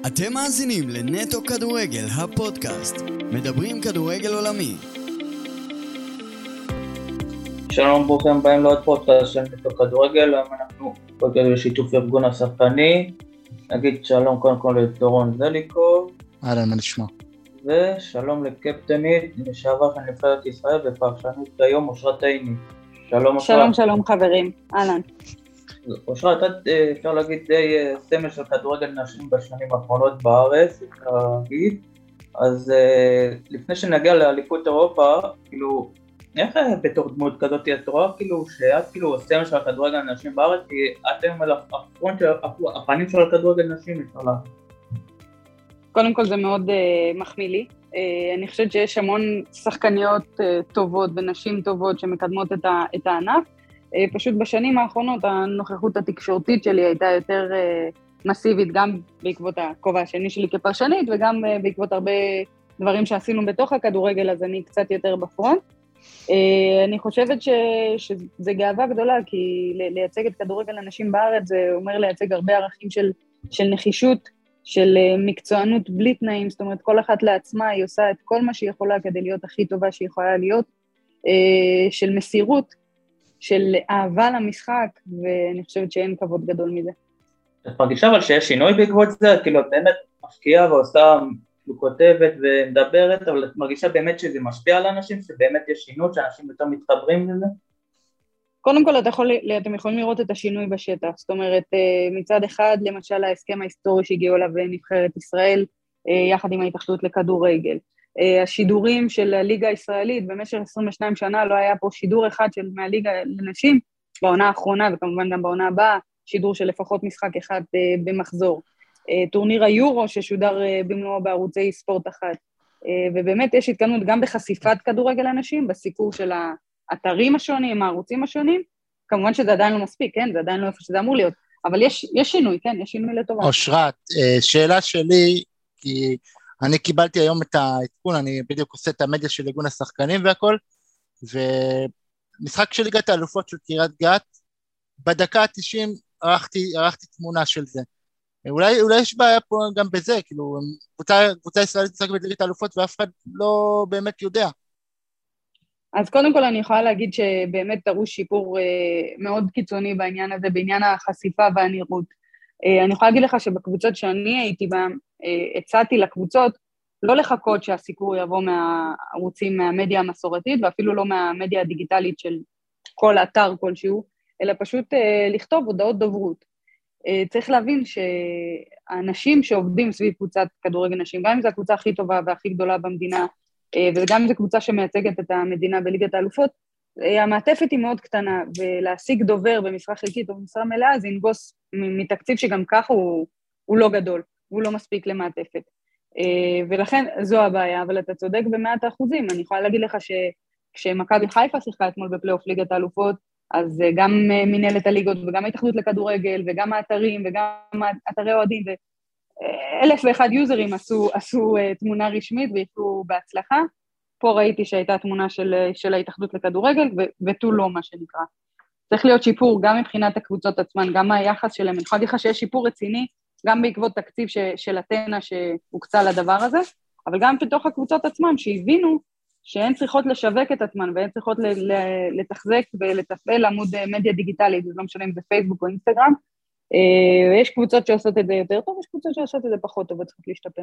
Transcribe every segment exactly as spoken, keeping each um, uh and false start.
אתם מאזינים לנטו כדורגל, הפודקאסט. מדברים כדורגל עולמי. שלום, ברוכים הבאים לעוד פודקאסט של נטו כדורגל. היום אנחנו פודקאסט בשיתוף ארגון השחקני. נגיד שלום קודם כל לדורון זליקוב. אהלן, מה נשמע? ושלום לקפטנית לשעבר של נבחרת ישראל ופרשנית היום אושרת עיני. שלום אושרת. שלום שלום חברים, אהלן. אושרת, אפשר להגיד די סמל של כדורגל נשים בשנים האחרונות בארץ, כרגיל. אז לפני שנגיע לאליפות אירופה, כאילו, איך בתור דמות כזאת את רואה כאילו שאת כאילו סמל של הכדורגל נשים בארץ, כי אתם על הפרונט של הפנים של הכדורגל נשים, אפשר לה. קודם כל זה מאוד uh, מחמיא לי. Uh, אני חושבת שיש המון שחקניות uh, טובות ונשים טובות שמקדמות את, ה, את הענף. Uh, פשוט בשנים האחרונות הנוכחות התקשורתית שלי הייתה יותר uh, מסיבית, גם בעקבות הכובע השני שלי כפרשנית, וגם uh, בעקבות הרבה דברים שעשינו בתוך הכדורגל, אז אני קצת יותר בפרונט. Uh, אני חושבת ש, שזה גאווה גדולה, כי לייצג את כדורגל הנשים בארץ, זה אומר לייצג הרבה ערכים של, של נחישות, של מקצוענות בלי תנאים, זאת אומרת, כל אחת לעצמה היא עושה את כל מה שהיא יכולה כדי להיות הכי טובה שהיא יכולה להיות, של מסירות, של אהבה למשחק, ואני חושבת שאין כבוד גדול מזה. את מרגישה אבל שיש שינוי בעקבות זה? כאילו, את באמת משקיעה ועושה, כותבת ומדברת, אבל את מרגישה באמת שזה משפיע על אנשים, שבאמת יש שינוי, שאנשים יותר מתחברים לזה? קודם כל, אתה יכול, אתם יכולים לראות את השינוי בשטח, זאת אומרת, מצד אחד, למשל, ההסכם ההיסטורי שהגיעו אליו נבחרת ישראל, יחד עם ההתאחדות לכדורגל. השידורים של הליגה הישראלית, במשך עשרים ושתיים שנה לא היה פה שידור אחד של מהליגה לנשים, בעונה האחרונה, וכמובן גם בעונה הבאה, שידור של לפחות משחק אחד במחזור. טורניר היורו ששודר במלואו בערוצי ספורט אחת. ובאמת יש התקדמות גם בחשיפת כדורגל לנשים, בסיקור של ה... אתרים השונים, הערוצים השונים, כמובן שזה עדיין לא מספיק, כן? זה עדיין לא איפה שזה אמור להיות, אבל יש, יש שינוי, כן? יש שינוי לטובה. אושרת, שאלה שלי, כי אני קיבלתי היום את העדכון, אני בדיוק עושה את המדיה של ארגון השחקנים והכל, ומשחק של ליגת האלופות של קריית גת, בדקה ה-תשעים ערכתי, ערכתי תמונה של זה. אולי, אולי יש בעיה פה גם בזה, כאילו, קבוצה, קבוצה ישראלית תשחק בליגת האלופות ואף אחד לא באמת יודע. אז קודם כל אני יכולה להגיד שבאמת דרוש שיפור אה, מאוד קיצוני בעניין הזה, בעניין החשיפה והנראות. אה, אני יכולה להגיד לך שבקבוצות שאני הייתי בה, אה, הצעתי לקבוצות לא לחכות שהסיקור יבוא מהערוצים, מהמדיה המסורתית, ואפילו לא מהמדיה הדיגיטלית של כל אתר כלשהו, אלא פשוט אה, לכתוב הודעות דוברות. אה, צריך להבין שהאנשים שעובדים סביב קבוצת כדורגל נשים, גם אם זו הקבוצה הכי טובה והכי גדולה במדינה, וגם אם זו קבוצה שמייצגת את המדינה בליגת האלופות, המעטפת היא מאוד קטנה, ולהשיג דובר במשרה חלקית או במשרה מלאה, זה ינגוס מתקציב שגם ככה הוא, הוא לא גדול, הוא לא מספיק למעטפת. ולכן זו הבעיה, אבל אתה צודק במאת האחוזים, אני יכולה להגיד לך שכשמכבי חיפה שיחקה אתמול בפלייאוף ליגת האלופות, אז גם מנהלת הליגות וגם ההתאחדות לכדורגל וגם האתרים וגם אתרי אוהדים, אלף ואחד יוזרים עשו, עשו uh, תמונה רשמית ויפלו בהצלחה. פה ראיתי שהייתה תמונה של, של ההתאחדות לכדורגל, ו- ותו לא מה שנקרא. צריך להיות שיפור גם מבחינת הקבוצות עצמן, גם היחס שלהם. אני יכולה להגיד לך שיש שיפור רציני, גם בעקבות תקציב ש- של אתנה שהוקצה לדבר הזה, אבל גם בתוך הקבוצות עצמן שהבינו שהן צריכות לשווק את עצמן, והן צריכות ל- ל- לתחזק ולתפעל עמוד מדיה דיגיטלית, זה לא משנה אם זה פייסבוק או אינסטגרם, ויש קבוצות שעושות את זה יותר טוב, יש קבוצות שעושות את זה פחות טוב, וצריך להשתפר.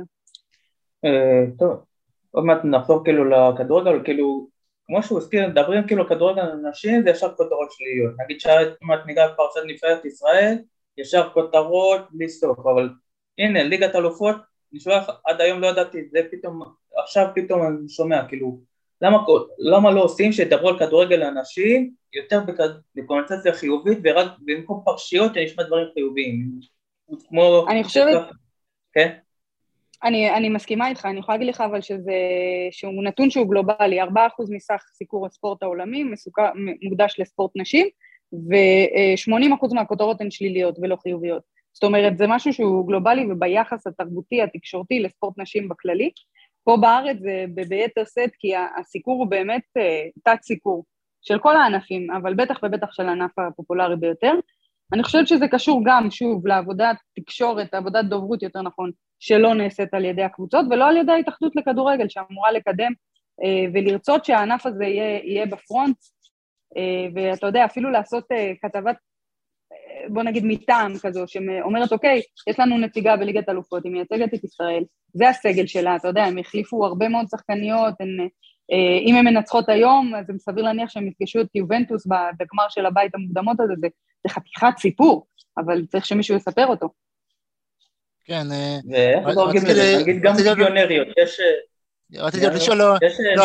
טוב, עוד מעט נחזור כאילו לכדורגל, כאילו, כמו שהוא הזכיר, מדברים כאילו כדורגל אנשים, זה ישר כותרות שליליות. נגיד שאת ניגע פרשת נבחרת ישראל, ישר כותרות בלי סוף, אבל הנה, ליגת אלופות, נשמע, עד היום לא ידעתי, זה פתאום, עכשיו פתאום אני שומע, כאילו, למה, למה לא עושים שידברו על כדורגל לאנשים יותר בקונוטציה חיובית, ורק במקום פרשיות שנשמע דברים חיוביים, כמו... אני חושבת... כן? אני, אני מסכימה איתך, אני יכולה להגיד לך אבל שזה, שהוא נתון שהוא גלובלי, ארבעה אחוז מסך סיקור הספורט העולמי, מסוקר, מוקדש לספורט נשים, ו-שמונים אחוז מהכותרות הן שליליות ולא חיוביות. זאת אומרת, זה משהו שהוא גלובלי, וביחס התרבותי, התקשורתי, לספורט נשים בכללי. פה בארץ זה ביתר סט, כי הסיקור הוא באמת תת סיקור של כל הענפים, אבל בטח ובטח של הענף הפופולרי ביותר. אני חושבת שזה קשור גם, שוב, לעבודת תקשורת, לעבודת דוברות יותר נכון, שלא נעשית על ידי הקבוצות, ולא על ידי ההתאחדות לכדורגל, שאמורה לקדם ולרצות שהענף הזה יהיה, יהיה בפרונט, ואתה יודע, אפילו לעשות כתבת, בוא נגיד מטעם כזו, שאומרת, אוקיי, יש לנו נציגה בליגת אלופות, היא מייצגת את ישראל, זה הסגל שלה, אתה יודע, הם החליפו הרבה מאוד שחקניות, הם, אם הן מנצחות היום, אז הם סביר להניח שהם יפגשו את יובנטוס בגמר של הבית המוקדמות הזה, זה, זה חתיכת סיפור, אבל צריך שמישהו יספר אותו. כן, ואיך דורגים לזה, נגיד גם ליגיונריות, יש... רציתי לשאול, לא,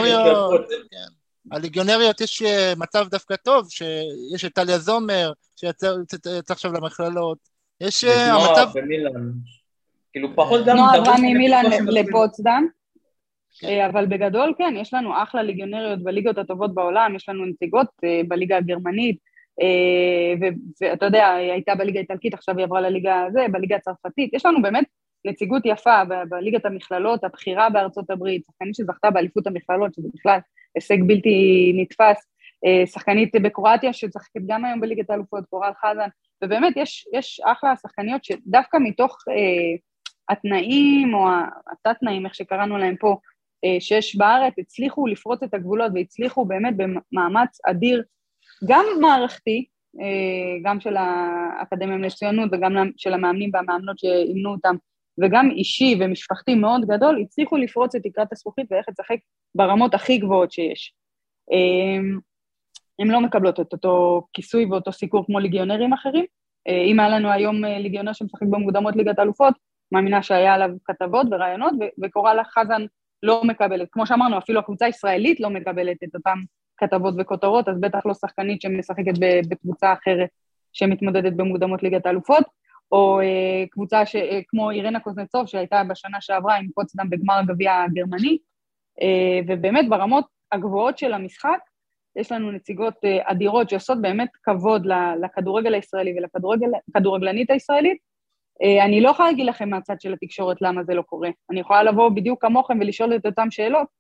הליגיונריות יש מצב דווקא טוב, שיש את טליה זומר, שיצא עכשיו למכללות, יש המצב... נועה במילאן, כאילו פחות גם... נועה עברה ממילאן לפוצדם, אבל בגדול כן, יש לנו אחלה ליגיונריות בליגות הטובות בעולם, יש לנו נציגות בליגה הגרמנית, ואתה יודע, היא הייתה בליגה האיטלקית, עכשיו היא עברה לליגה הזה, בליגה הצרפתית, יש לנו באמת נציגות יפה בליגת המכללות, הבחירה בארצות הברית, שחקנית שזכתה באליפות המכללות, שזה בכלל הישג בלתי נתפס, שחקנית בקרואטיה שצחקת גם היום בליגת האלופות, קורל חזן, ובאמת יש, יש אחלה שחקניות שדווקא מתוך אה, התנאים או התת-תנאים, איך שקראנו להם פה, אה, שיש בארץ, הצליחו לפרוץ את הגבולות והצליחו באמת במאמץ אדיר, גם מערכתי, אה, גם של האקדמיה למצוינות וגם של המאמנים והמאמנות שאימנו אותם, וגם אישי ומשפחתי מאוד גדול, הצליחו לפרוץ את תקרת הזכוכית ואיך לשחק ברמות הכי גבוהות שיש. הם לא מקבלות את אותו כיסוי ואותו סיקור כמו ליגיונרים אחרים. אם היה לנו היום ליגיונר שמשחק במוקדמות ליגת האלופות, מאמינה שהיה עליו כתבות ורעיונות, וקורל חזן לא מקבלת. כמו שאמרנו, אפילו הקבוצה הישראלית לא מקבלת את אותם כתבות וכותרות, אז בטח לא שחקנית שמשחקת בקבוצה אחרת שמתמודדת במוקדמות ליגת האלופות, או אה, קבוצה ש, אה, כמו אירנה קוזנצוב, שהייתה בשנה שעברה עם פוצדם בגמר הגביע הגרמני, אה, ובאמת ברמות הגבוהות של המשחק, יש לנו נציגות אה, אדירות שעושות באמת כבוד לכדורגל הישראלי ולכדורגלנית הישראלית. אה, אני לא יכולה להגיד לכם מהצד של התקשורת למה זה לא קורה. אני יכולה לבוא בדיוק כמוכם ולשאול את אותם שאלות,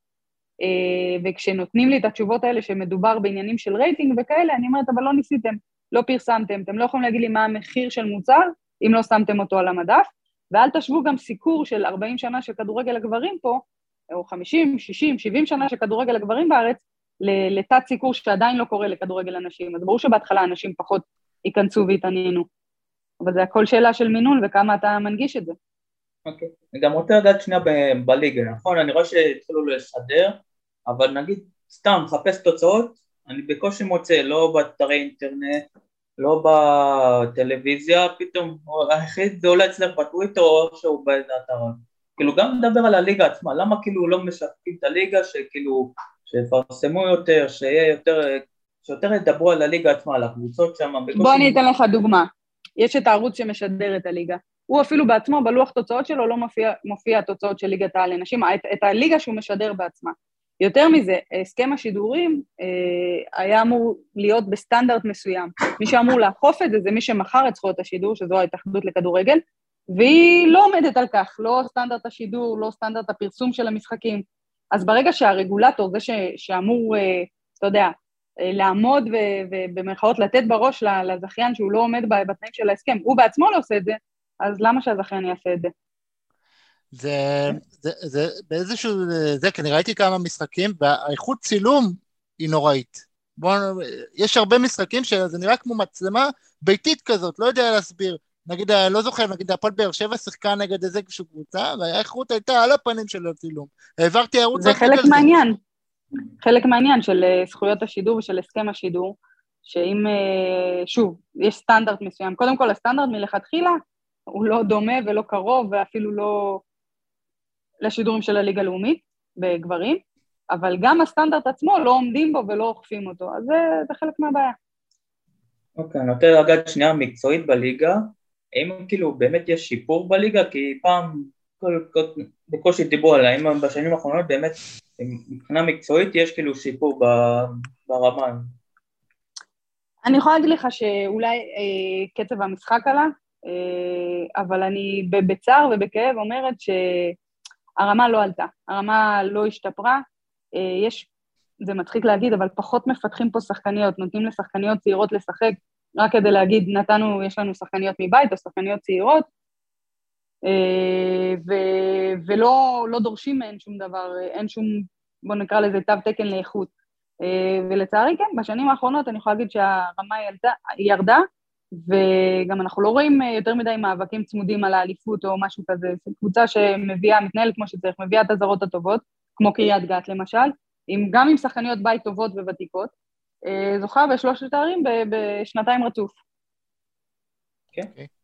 אה, וכשנותנים לי את התשובות האלה שמדובר בעניינים של רייטינג וכאלה, אני אומרת, אבל לא ניסיתם, לא פרסמתם, אתם לא יכולים להגיד לי מה המחיר של מוצר, אם לא שמתם אותו על המדף, ואל תשוו גם סיקור של ארבעים שנה של כדורגל הגברים פה, או חמישים, שישים, שבעים שנה של כדורגל הגברים בארץ, לתת סיקור שעדיין לא קורה לכדורגל הנשים. אז ברור שבהתחלה אנשים פחות ייכנסו והתעניינו. אבל זה הכל שאלה של מינון וכמה אתה מנגיש את זה. אוקיי. אני גם רוצה לדעת שנייה בליגה, נכון? אני רואה שהתחילו לשדר, אבל נגיד, סתם, חפש תוצאות, אני בקושי מוצא, לא באתרי אינטרנט, לא בטלוויזיה, פתאום, היחיד זה אולי אצלך בטוויטר או שהוא באיזה אתר. כאילו גם מדבר על הליגה עצמה, למה כאילו לא משתפים את הליגה, שכאילו, שיפרסמו יותר, שיהיה יותר, שיותר ידברו על הליגה עצמה, על הקבוצות שם. בוא אני אתן לך דוגמה, יש את הערוץ שמשדר את הליגה, הוא אפילו בעצמו, בלוח תוצאות שלו, לא מופיע, מופיע התוצאות של ליגת העל לנשים, את, את הליגה שהוא משדר בעצמה. יותר מזה, הסכם השידורים אה, היה אמור להיות בסטנדרט מסוים. מי שאמור לאכוף את זה, זה מי שמכר את זכויות השידור, שזו ההתאחדות לכדורגל, והיא לא עומדת על כך, לא סטנדרט השידור, לא סטנדרט הפרסום של המשחקים. אז ברגע שהרגולטור, זה ש, שאמור, אה, אתה יודע, אה, לעמוד ובמרכאות לתת בראש לזכיין שהוא לא עומד בתנאים של ההסכם, הוא בעצמו לא עושה את זה, אז למה שהזכיין יעשה את זה? זה, זה, זה, באיזשהו, זה, כי אני ראיתי כמה משחקים, והאיכות צילום היא נוראית. בוא, יש הרבה משחקים שזה נראה כמו מצלמה ביתית כזאת, לא יודע להסביר. נגיד, לא זוכר, נגיד, הפועל באר שבע שיחקה נגד איזה קבוצה, והאיכות הייתה על הפנים של הצילום. העברתי ערוץ... זה חלק מעניין. חלק מעניין של זכויות השידור ושל הסכם השידור, שאם, שוב, יש סטנדרט מסוים. קודם כל, הסטנדרט מלכתחילה, הוא לא דומה ולא קרוב, ואפילו לא לשידורים של הליגה הלאומית בגברים, אבל גם הסטנדרט עצמו לא עומדים בו ולא אוכפים אותו, אז זה, זה חלק מהבעיה. אוקיי, אני רוצה להגיד שנייה מקצועית בליגה, האם כאילו באמת יש שיפור בליגה, כי פעם כל, כל, בקושי דיברו עליה, האם בשנים האחרונות באמת מבחינה מקצועית יש כאילו שיפור ברמה? אני יכולה להגיד לך שאולי אה, קצב המשחק עלה, אה, אבל אני בצער ובכאב אומרת שהרמה לא עלתה, הרמה לא השתפרה, אה, יש, זה מצחיק להגיד, אבל פחות מפתחים פה שחקניות, נותנים לשחקניות צעירות לשחק, רק כדי להגיד, נתנו, יש לנו שחקניות מבית או שחקניות צעירות, ו- ולא לא דורשים מהן שום דבר, אין שום, בוא נקרא לזה תו תקן לאיכות. ולצערי כן, בשנים האחרונות אני יכולה להגיד שהרמה היא ירדה, וגם אנחנו לא רואים יותר מדי מאבקים צמודים על האליפות או משהו כזה, זו קבוצה שמביאה, מתנהלת כמו שצריך, מביאה את הזרות הטובות, כמו קריית גת למשל, עם, גם עם שחקניות בית טובות וותיקות, זוכה בשלושת הערים בשנתיים רצוף. כן.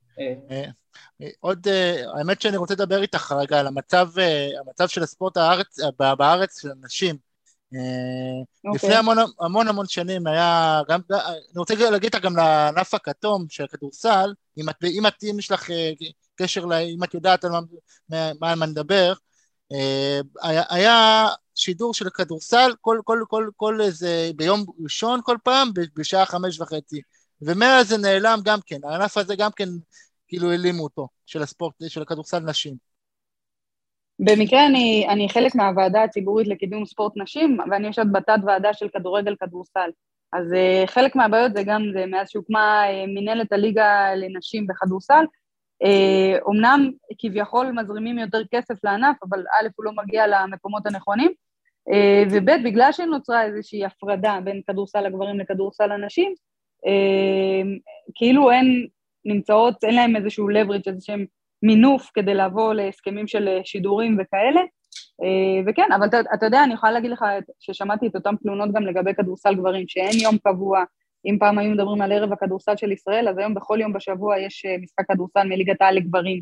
עוד, האמת שאני רוצה לדבר איתך רגע על המצב, המצב של הספורט בארץ של הנשים. לפני המון המון המון שנים היה, גם, אני רוצה להגיד גם לענף הכתום של הכדורסל, אם את, אם את, אם יש לך קשר, אם את יודעת על מה, מה נדבר, היה, היה שידור של הכדורסל כל, כל, כל, כל איזה, ביום ראשון כל פעם, בשעה חמש וחצי, ומאז זה נעלם גם כן, הענף הזה גם כן, כאילו העלימו אותו, של הספורט, של הכדורסל נשים. במקרה אני, אני חלק מהוועדה הציבורית לקידום ספורט נשים, ואני יושבת בתת ועדה של כדורגל כדורסל. אז uh, חלק מהבעיות זה גם, זה מאז שהוקמה uh, מנהלת הליגה לנשים בכדורסל, uh, אומנם כביכול מזרימים יותר כסף לענף, אבל א' הוא לא מגיע למקומות הנכונים, uh, וב' בגלל שנוצרה איזושהי הפרדה בין כדורסל הגברים לכדורסל הנשים, uh, כאילו אין נמצאות, אין להם איזשהו leverage, איזשהם מינוף כדי לבוא להסכמים של שידורים וכאלה, וכן, אבל אתה, אתה יודע, אני יכולה להגיד לך ששמעתי את אותם תלונות גם לגבי כדורסל גברים, שאין יום קבוע, אם פעם היו מדברים על ערב הכדורסל של ישראל, אז היום בכל יום בשבוע יש משחק כדורסל מליגת העל לגברים,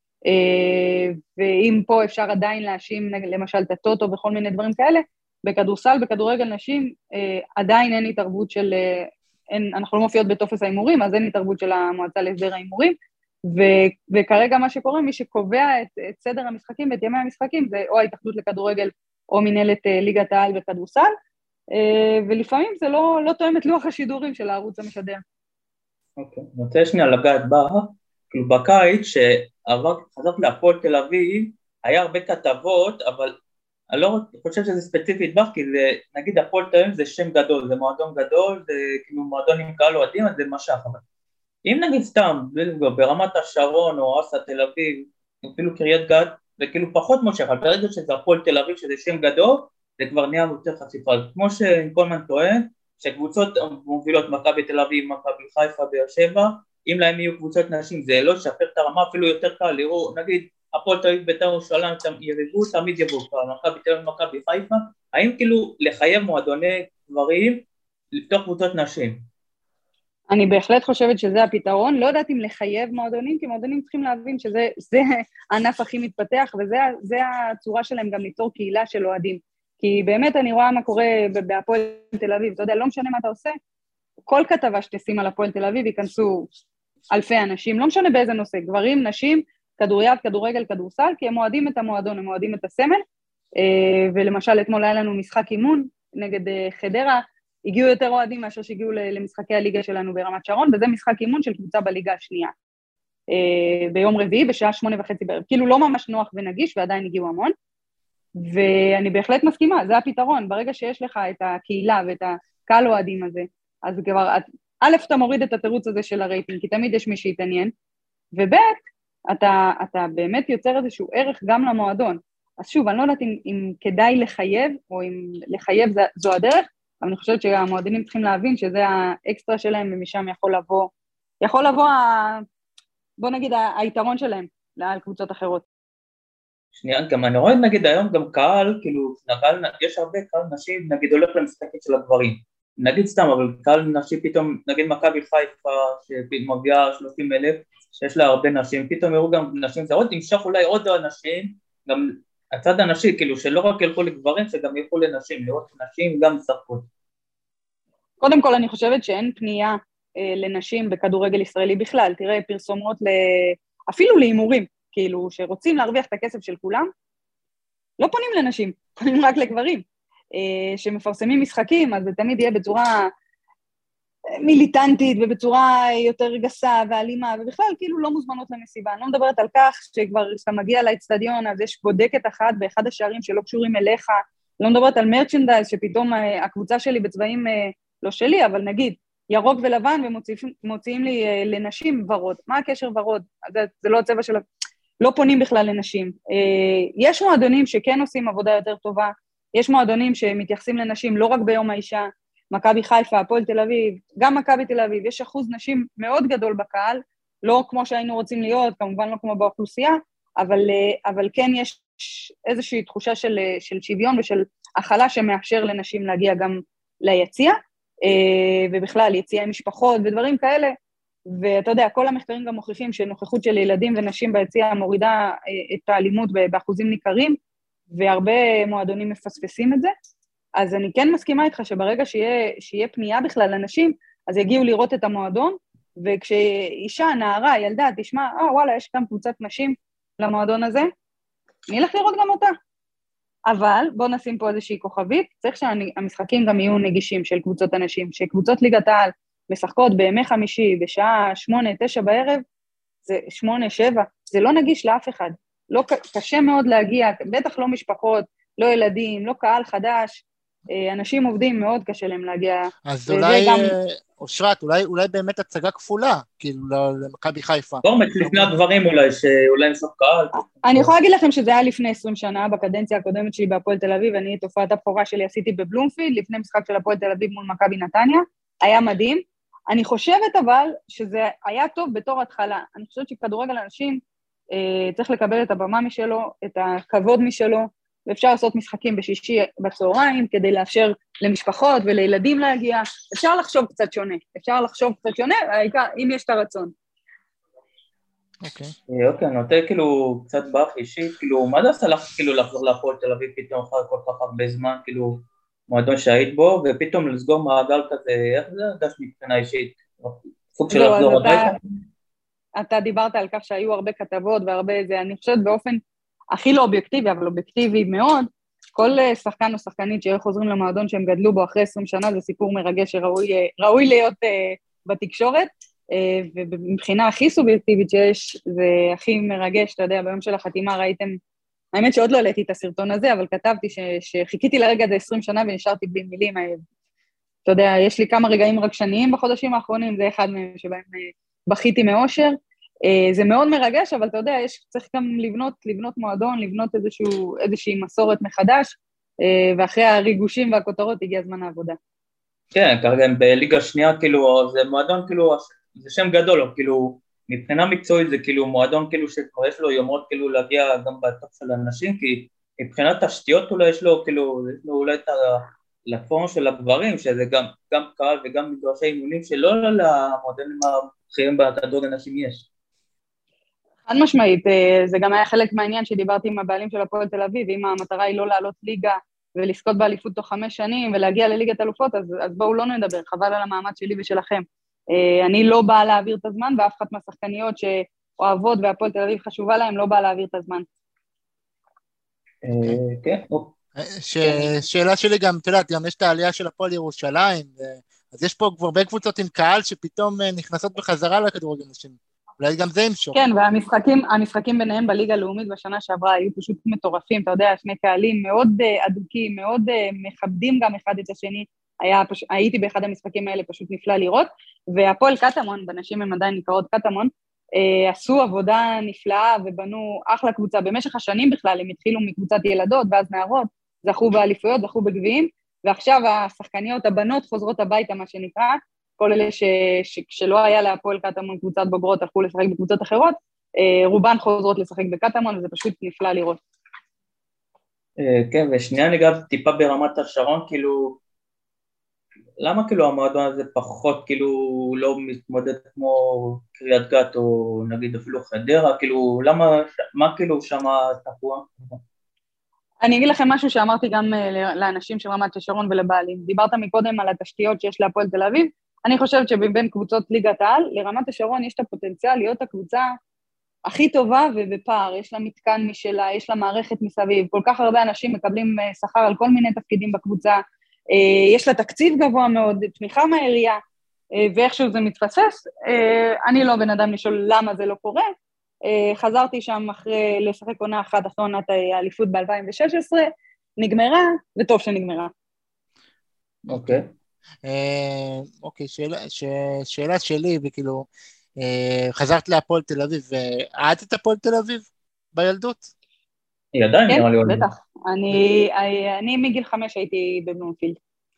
ואם פה אפשר עדיין להאשים למשל את הטוטו וכל מיני דברים כאלה, בכדורסל, בכדורגל נשים, עדיין אין התערבות של, אין, אנחנו לא מופיעות בטופס האימורים, אז אין התערבות של המועצה להסדר האימורים, ו- וכרגע מה שקורה, מי שקובע את, את סדר המשחקים ואת ימי המשחקים, זה או ההתאחדות לכדורגל או מנהלת ליגת העל בכדורסל, ולפעמים זה לא, לא תואם את לוח השידורים של הערוץ המשדר. אוקיי, אני רוצה שנייה לגעת בה, כאילו בקיץ שחזרתי להפועל תל אביב, היה הרבה כתבות, אבל אני לא חושב שזה ספציפית בה, כי זה, נגיד הפועל תל אביב זה שם גדול, זה מועדון גדול, זה כאילו מועדון עם קהל אוהדים, אז זה משך, אבל אם נגיד סתם, ברמת השרון או אסא תל אביב, אפילו קריית גת, זה כאילו פחות מושך, אבל ברגע שזה הפועל תל אביב, שזה שם גדול, זה כבר נהיה יותר חשיפה. כמו שקולמן טוען, שקבוצות מובילות מכבי תל אביב, מכבי חיפה, באר שבע, אם להם יהיו קבוצות נשים, זה לא שפר את הרמה, אפילו יותר קל, לראו, נגיד, הפועל תל אביב בית"ר ירושלים, יריבו, תמיד יבואו, מכבי תל אביב, מכבי חיפה, האם כאילו לחייב מועדוני גברים, לפתוח קבוצות נשים? אני בהחלט חושבת שזה הפתרון, לא יודעת אם לחייב מועדונים, כי מועדונים צריכים להבין שזה זה הענף הכי מתפתח, וזה הצורה שלהם גם ליצור קהילה של אוהדים. כי באמת אני רואה מה קורה בהפועל תל אביב, אתה יודע, לא משנה מה אתה עושה, כל כתבה שתשים על הפועל תל אביב ייכנסו אלפי אנשים, לא משנה באיזה נושא, גברים, נשים, כדוריד, כדורגל, כדורסל, כי הם אוהדים את המועדון, הם אוהדים את הסמל, ולמשל אתמול היה לנו משחק אימון נגד חדרה, הגיעו יותר אוהדים מאשר שהגיעו למשחקי הליגה שלנו ברמת שרון, וזה משחק אימון של קבוצה בליגה השנייה. ביום רביעי, בשעה שמונה וחצי בערב. כאילו לא ממש נוח ונגיש, ועדיין הגיעו המון. ואני בהחלט מסכימה, זה הפתרון. ברגע שיש לך את הקהילה ואת הקהל אוהדים הזה, אז כבר, א', אתה מוריד את התירוץ הזה של הרייטינג, כי תמיד יש מי שיתעניין, וב', אתה, אתה באמת יוצר איזשהו ערך גם למועדון. אז שוב, אני לא יודעת אם, אם כדאי לחייב, או אם לחייב זו הדרך, אבל אני חושבת שהמועדונים צריכים להבין שזה האקסטרה שלהם, ומשם יכול לבוא, יכול לבוא, ה, בוא נגיד, היתרון שלהם לעל קבוצות אחרות. שנייה, גם אני רואה, נגיד, היום גם קהל, כאילו, קהל, יש הרבה קהל נשים, נגיד, הולך למשחקים של הגברים. נגיד סתם, אבל קהל נשים פתאום, נגיד, מכבי חיפה, שמביאה שלושים אלף, שיש לה הרבה נשים, פתאום יראו גם נשים זרות, תמשוך אולי עוד אנשים, גם הצד הנשי, כאילו, שלא רק ילכו לגברים, שגם ילכו לנשים, לראות נשים גם משחקות. קודם כל, אני חושבת שאין פנייה אה, לנשים בכדורגל ישראלי בכלל, תראה, פרסומות ל... אפילו להימורים, כאילו, שרוצים להרוויח את הכסף של כולם, לא פונים לנשים, פונים רק לגברים, אה, שמפרסמים משחקים, אז זה תמיד יהיה בצורה מיליטנטית, ובצורה יותר גסה ואלימה, ובכלל, כאילו, לא מוזמנות למסיבה. אני לא מדברת על כך שכבר כשאתה מגיע לאצטדיון, אז יש בודקת אחת באחד השערים שלא קשורים אליך, לא מדברת על מרצ'נדייז, שפתאום הקבוצה שלי בצבעים לא שלי, אבל נגיד, ירוק ולבן ומוציאים לי לנשים ורוד. מה הקשר ורוד? זה, זה לא הצבע של... לא פונים בכלל לנשים. יש מועדונים שכן עושים עבודה יותר טובה, יש מועדונים שמתייחסים לנשים לא רק ביום האישה, מכבי חיפה, הפועל תל אביב, גם מכבי תל אביב, יש אחוז נשים מאוד גדול בקהל, לא כמו שהיינו רוצים להיות, כמובן לא כמו באוכלוסייה, אבל, אבל כן יש איזושהי תחושה של, של שוויון ושל הכלה שמאפשר לנשים להגיע גם ליציע, ובכלל יציע משפחות ודברים כאלה, ואתה יודע, כל המחקרים גם מוכיחים שנוכחות של ילדים ונשים ביציע מורידה את האלימות באחוזים ניכרים, והרבה מועדונים מפספסים את זה, אז אני כן מסכימה איתך שברגע שיהיה, שיהיה פנייה בכלל לנשים, אז יגיעו לראות את המועדון, וכשאישה, נערה, ילדה, תשמע, אה, וואלה, יש גם קבוצת נשים למועדון הזה, אני אלך לראות גם אותה. אבל בואו נשים פה איזושהי כוכבית, צריך שהמשחקים גם יהיו נגישים של קבוצות הנשים, שקבוצות ליגת העל משחקות בימי חמישי, בשעה שמונה, תשע בערב, זה שמונה, שבע, זה לא נגיש לאף אחד. לא, קשה מאוד להגיע, בטח לא משפחות, לא ילדים, לא קהל חדש, אנשים עובדים מאוד קשה להם להגיע. אז אולי, גם... אושרת, אולי, אולי באמת הצגה כפולה, כאילו למכבי חיפה. פורמט לפני הדברים אולי, שאולי נשאר קהל. אני יכולה להגיד לכם שזה היה לפני עשרים שנה, בקדנציה הקודמת שלי בהפועל תל אביב, אני את הופעת הבכורה שלי עשיתי בבלומפילד, לפני משחק של הפועל תל אביב מול מכבי נתניה, היה מדהים. אני חושבת אבל שזה היה טוב בתור התחלה. אני חושבת שכדורגל אנשים אה, צריך לקבל את הבמה משלו, את הכבוד משלו, ואפשר לעשות משחקים בשישי בצהריים, כדי לאפשר למשפחות ולילדים להגיע. אפשר לחשוב קצת שונה, אפשר לחשוב קצת שונה, העיקר, אם יש את הרצון. אוקיי. אוקיי, אני נותן כאילו קצת באח אישית, כאילו, מה זה עשה לך כאילו לחזור להפועל תל אביב פתאום אחר כל כך הרבה זמן, כאילו, מועדון שהיית בו, ופתאום לסגור מעגל כזה, איך זה הרגש מבחינה אישית? סוג של לחזור הביתה? אתה דיברת על כך שהיו הרבה כתבות והרבה זה, אני חושבת באופן הכי לא אובייקטיבי, אבל אובייקטיבי מאוד, כל שחקן או שחקנית שהיו חוזרים למועדון שהם גדלו בו אחרי עשרים שנה, זה סיפור מרגש שראוי להיות בתקשורת, ומבחינה הכי סובייקטיבית שיש, זה הכי מרגש, אתה יודע, ביום של החתימה ראיתם, האמת שעוד לא העליתי את הסרטון הזה, אבל כתבתי שחיכיתי לרגע הזה עשרים שנה ונשארתי בלי מילים, אתה יודע, יש לי כמה רגעים רגשניים בחודשים האחרונים, זה אחד מהם שבהם בכיתי מאושר, זה מאוד מרגש, אבל אתה יודע, יש, צריך גם לבנות, לבנות מועדון, לבנות איזשהו, איזושהי מסורת מחדש, ואחרי הריגושים והכותרות הגיע זמן העבודה. כן, כרגע הם בליגה שנייה, כאילו, זה מועדון, כאילו, זה שם גדול, כאילו, מבחינה מקצועית זה כאילו מועדון, כאילו, שכבר יש לו יומרות, כאילו, להגיע גם בטוח של אנשים, כי מבחינת תשתיות אולי יש לו, כאילו, יש לו אולי את הפלטפורמה של הגברים, שזה גם, גם קהל וגם מגרשי אימונים, שלא למועדונים הבכירים בכדורגל אנשים יש. חד משמעית, זה גם היה חלק מהעניין שדיברתי עם הבעלים של הפועל תל אביב, אם המטרה היא לא לעלות ליגה ולזכות באליפות תוך חמש שנים ולהגיע לליגת אלופות, אז, אז בואו לא נדבר, חבל על המאמץ שלי ושלכם. אני לא באה להעביר את הזמן, ואף אחת מהשחקניות שאוהבות והפועל תל אביב חשובה להם, לא באה להעביר את הזמן. כן. שאלה שלי גם, אתה יודעת, גם יש את העלייה של הפועל ירושלים, אז יש פה כבר הרבה קבוצות עם קהל שפתאום נכנסות בחזרה לכדורגל נשים. אולי גם זה ימשוך. כן, והמשחקים, המשחקים ביניהם בליגה הלאומית בשנה שעברה היו פשוט מטורפים, אתה יודע, שני קהלים מאוד אדוקים, מאוד מכבדים גם אחד את השני, היה, פש... הייתי באחד המשחקים האלה פשוט נפלא לראות, והפועל קטמון, בנשים הם עדיין נקראות קטמון, אה, עשו עבודה נפלאה ובנו אחלה קבוצה, במשך השנים בכלל הם התחילו מקבוצת ילדות ואז נערות, זכו באליפויות, זכו בגביעים, ועכשיו השחקניות, הבנות חוזרות הביתה מה שנקרא, כל אלה ש... ש... שלא היה להפועל קטמון קבוצת בוגרות, הלכו לשחק בקבוצות אחרות, אה, רובן חוזרות לשחק בקטמון, וזה פשוט נפלא לראות. אה, כן, ושנייה אני גם טיפה ברמת השרון, כאילו, למה כאילו המועדון הזה פחות כאילו לא מתמודד כמו קריית גת או נגיד אפילו חדרה, כאילו למה, מה כאילו שמה תקוע? אני אגיד לכם משהו שאמרתי גם לאנשים של רמת השרון ולבעלים, דיברת מקודם על התשתיות שיש להפועל תל אביב, אני חושבת שבין קבוצות ליגת העל, לרמת השרון יש את הפוטנציאל להיות הקבוצה הכי טובה ובפער, יש לה מתקן משלה, יש לה מערכת מסביב, כל כך הרבה אנשים מקבלים שכר על כל מיני תפקידים בקבוצה, יש לה תקציב גבוה מאוד, תמיכה מהעירייה, ואיכשהו זה מתפסס, אני לא בן אדם לשאול למה זה לא קורה, חזרתי שם אחרי לשחק עונה אחת, אחרי עונת האליפות ב-אלפיים ושש עשרה, נגמרה, וטוב שנגמרה. אוקיי. אוקיי, שאלה שלי, וכאילו, חזרת להפועל תל אביב, ועדת את הפועל תל אביב בילדות? היא עדיין נראה לי. כן, בטח. אני מגיל חמש הייתי בבלומפילד.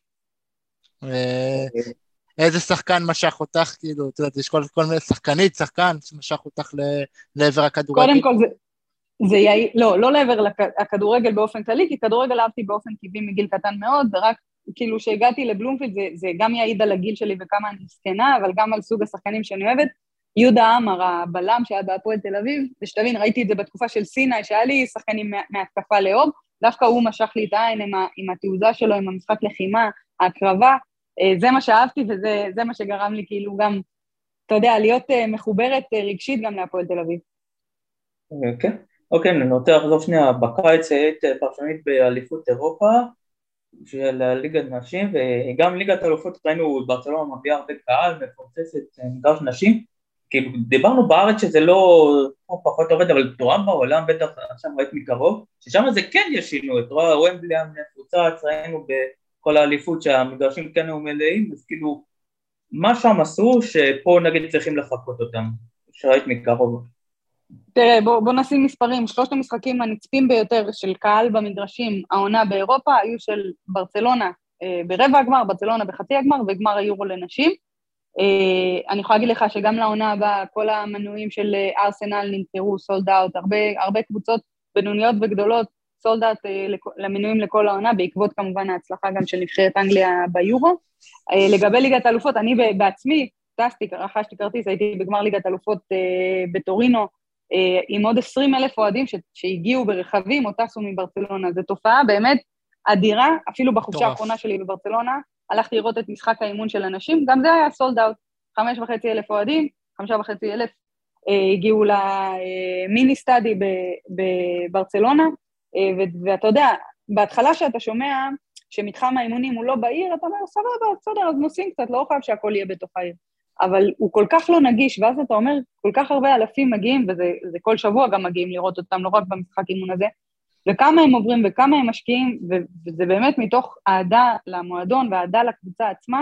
איזה שחקן משך אותך, כאילו, אתה יודעת, יש כל מיני שחקנית, שחקן שמשך אותך לעבר הכדורגל? קודם כל זה, זה יעיל, לא, לא לעבר הכדורגל באופן כללי, כי כדורגל אהבתי באופן טבעי מגיל קטן מאוד, רק כאילו שהגעתי לבלומפילד, זה, זה גם יעיד על הגיל שלי וכמה אני סקנה, אבל גם על סוג השחקנים שאני אוהבת. יהודה עמר, הבלם שהיה בהפועל תל אביב, ושתבין, ראיתי את זה בתקופה של סיני, שהיה לי שחקנים מהתקפה לאוב, דווקא הוא משך לי את העין עם, עם התעוזה שלו, עם המשחק לחימה, ההקרבה, זה מה שאהבתי, וזה מה שגרם לי כאילו גם, אתה יודע, להיות מחוברת רגשית גם להפועל תל אביב. כן, אוקיי, אני רוצה לחזור שנייה, בקיץ היית פרשנית באליפות אירופה, של ליגת נשים, וגם ליגת אלופות ראינו ברצלונה מביאה הרבה קהל, מפוצצת מגרש נשים, כאילו דיברנו בארץ שזה לא פחות עובד, אבל תורה בעולם בטח עכשיו ראית מקרוב, ששם זה כן יש שינוי, את רואה ומבלי המפוצץ, ראינו בכל האליפות שהמגרשים כן היו מלאים, אז כאילו מה שם עשו שפה נגיד צריכים לחכות אותם, שראית מקרוב. תראה, בוא, בוא נשים מספרים, שלושת המשחקים הנצפים ביותר של קהל במגרשים, העונה באירופה, היו של ברצלונה אה, ברבע הגמר, ברצלונה בחצי הגמר, וגמר היורו לנשים. אה, אני יכולה להגיד לך שגם לעונה הבאה, כל המנויים של ארסנל נמכרו סולד אאוט, הרבה, הרבה קבוצות בינוניות וגדולות, סולד אאוט אה, למנויים לכל העונה, בעקבות כמובן ההצלחה גם של נבחרת אנגליה ביורו. אה, לגבי ליגת האלופות, אני בעצמי, טסתי, רכשתי כרטיס, הייתי בגמר ליגת האלופות אה, בטורינו, עם עוד עשרים אלף אוהדים שהגיעו ברכבים או טסו מברצלונה. זו תופעה באמת אדירה, אפילו בחופשה האחרונה שלי בברצלונה, הלכתי לראות את משחק האימון של אנשים, גם זה היה סולד אאוט, חמש וחצי אלף אוהדים, חמישה וחצי אלף הגיעו למיני סטאדי בברצלונה, ואתה יודע, בהתחלה שאתה שומע שמתחם האימונים הוא לא בעיר, אתה אומר, סבבה, בסדר, אז נוסעים קצת, לא חייב שהכל יהיה בתוך העיר. אבל הוא כל כך לא נגיש, ואז אתה אומר, כל כך הרבה אלפים מגיעים, וזה כל שבוע גם מגיעים לראות אותם, לא רק במשחק אימון הזה, וכמה הם עוברים וכמה הם משקיעים, וזה באמת מתוך אהדה למועדון והאהדה לקבוצה עצמה.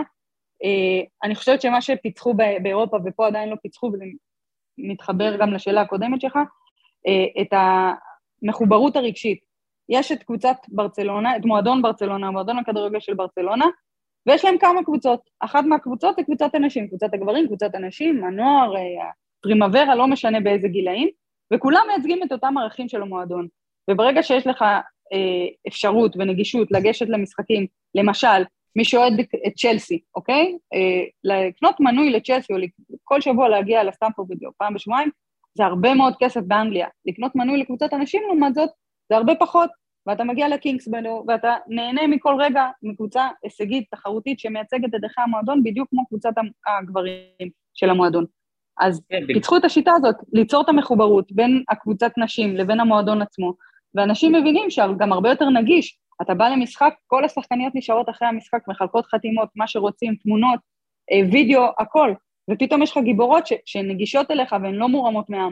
אני חושבת שמה שפיצחו באירופה, ופה עדיין לא פיצחו, וזה מתחבר גם לשאלה הקודמת שלך, את המחוברות הרגשית. יש את קבוצת ברצלונה, את מועדון ברצלונה, מועדון הכדורגל של ברצלונה, ויש להם כמה קבוצות, אחת מהקבוצות זה קבוצת הנשים, קבוצת הגברים, קבוצת הנשים, הנוער, הפרימוורה, לא משנה באיזה גילאים, וכולם מייצגים את אותם ערכים של המועדון. וברגע שיש לך אה, אפשרות ונגישות לגשת למשחקים, למשל, מי שאוהד את צ'לסי, אוקיי? אה, לקנות מנוי לצ'לסי, או כל שבוע להגיע לסטמפורד ברידג' פעם בשבועיים, זה הרבה מאוד כסף באנגליה. לקנות מנוי לקבוצת הנשים, לעומת זאת, זה הרבה פחות, ואתה מגיע לקינגסברו, ואתה נהנה מכל רגע מקבוצה הישגית, תחרותית, שמייצגת את דרכי המועדון, בדיוק כמו קבוצת הגברים של המועדון. אז פיצחו את השיטה הזאת, ליצור את המחוברות בין הקבוצת נשים לבין המועדון עצמו, ואנשים מבינים שגם הרבה יותר נגיש, אתה בא למשחק, כל השחקניות נשארות אחרי המשחק, מחלקות חתימות, מה שרוצים, תמונות, וידאו, הכל, ופתאום יש לך גיבורות ש- שנגישות אליך והן לא מורמות מעם.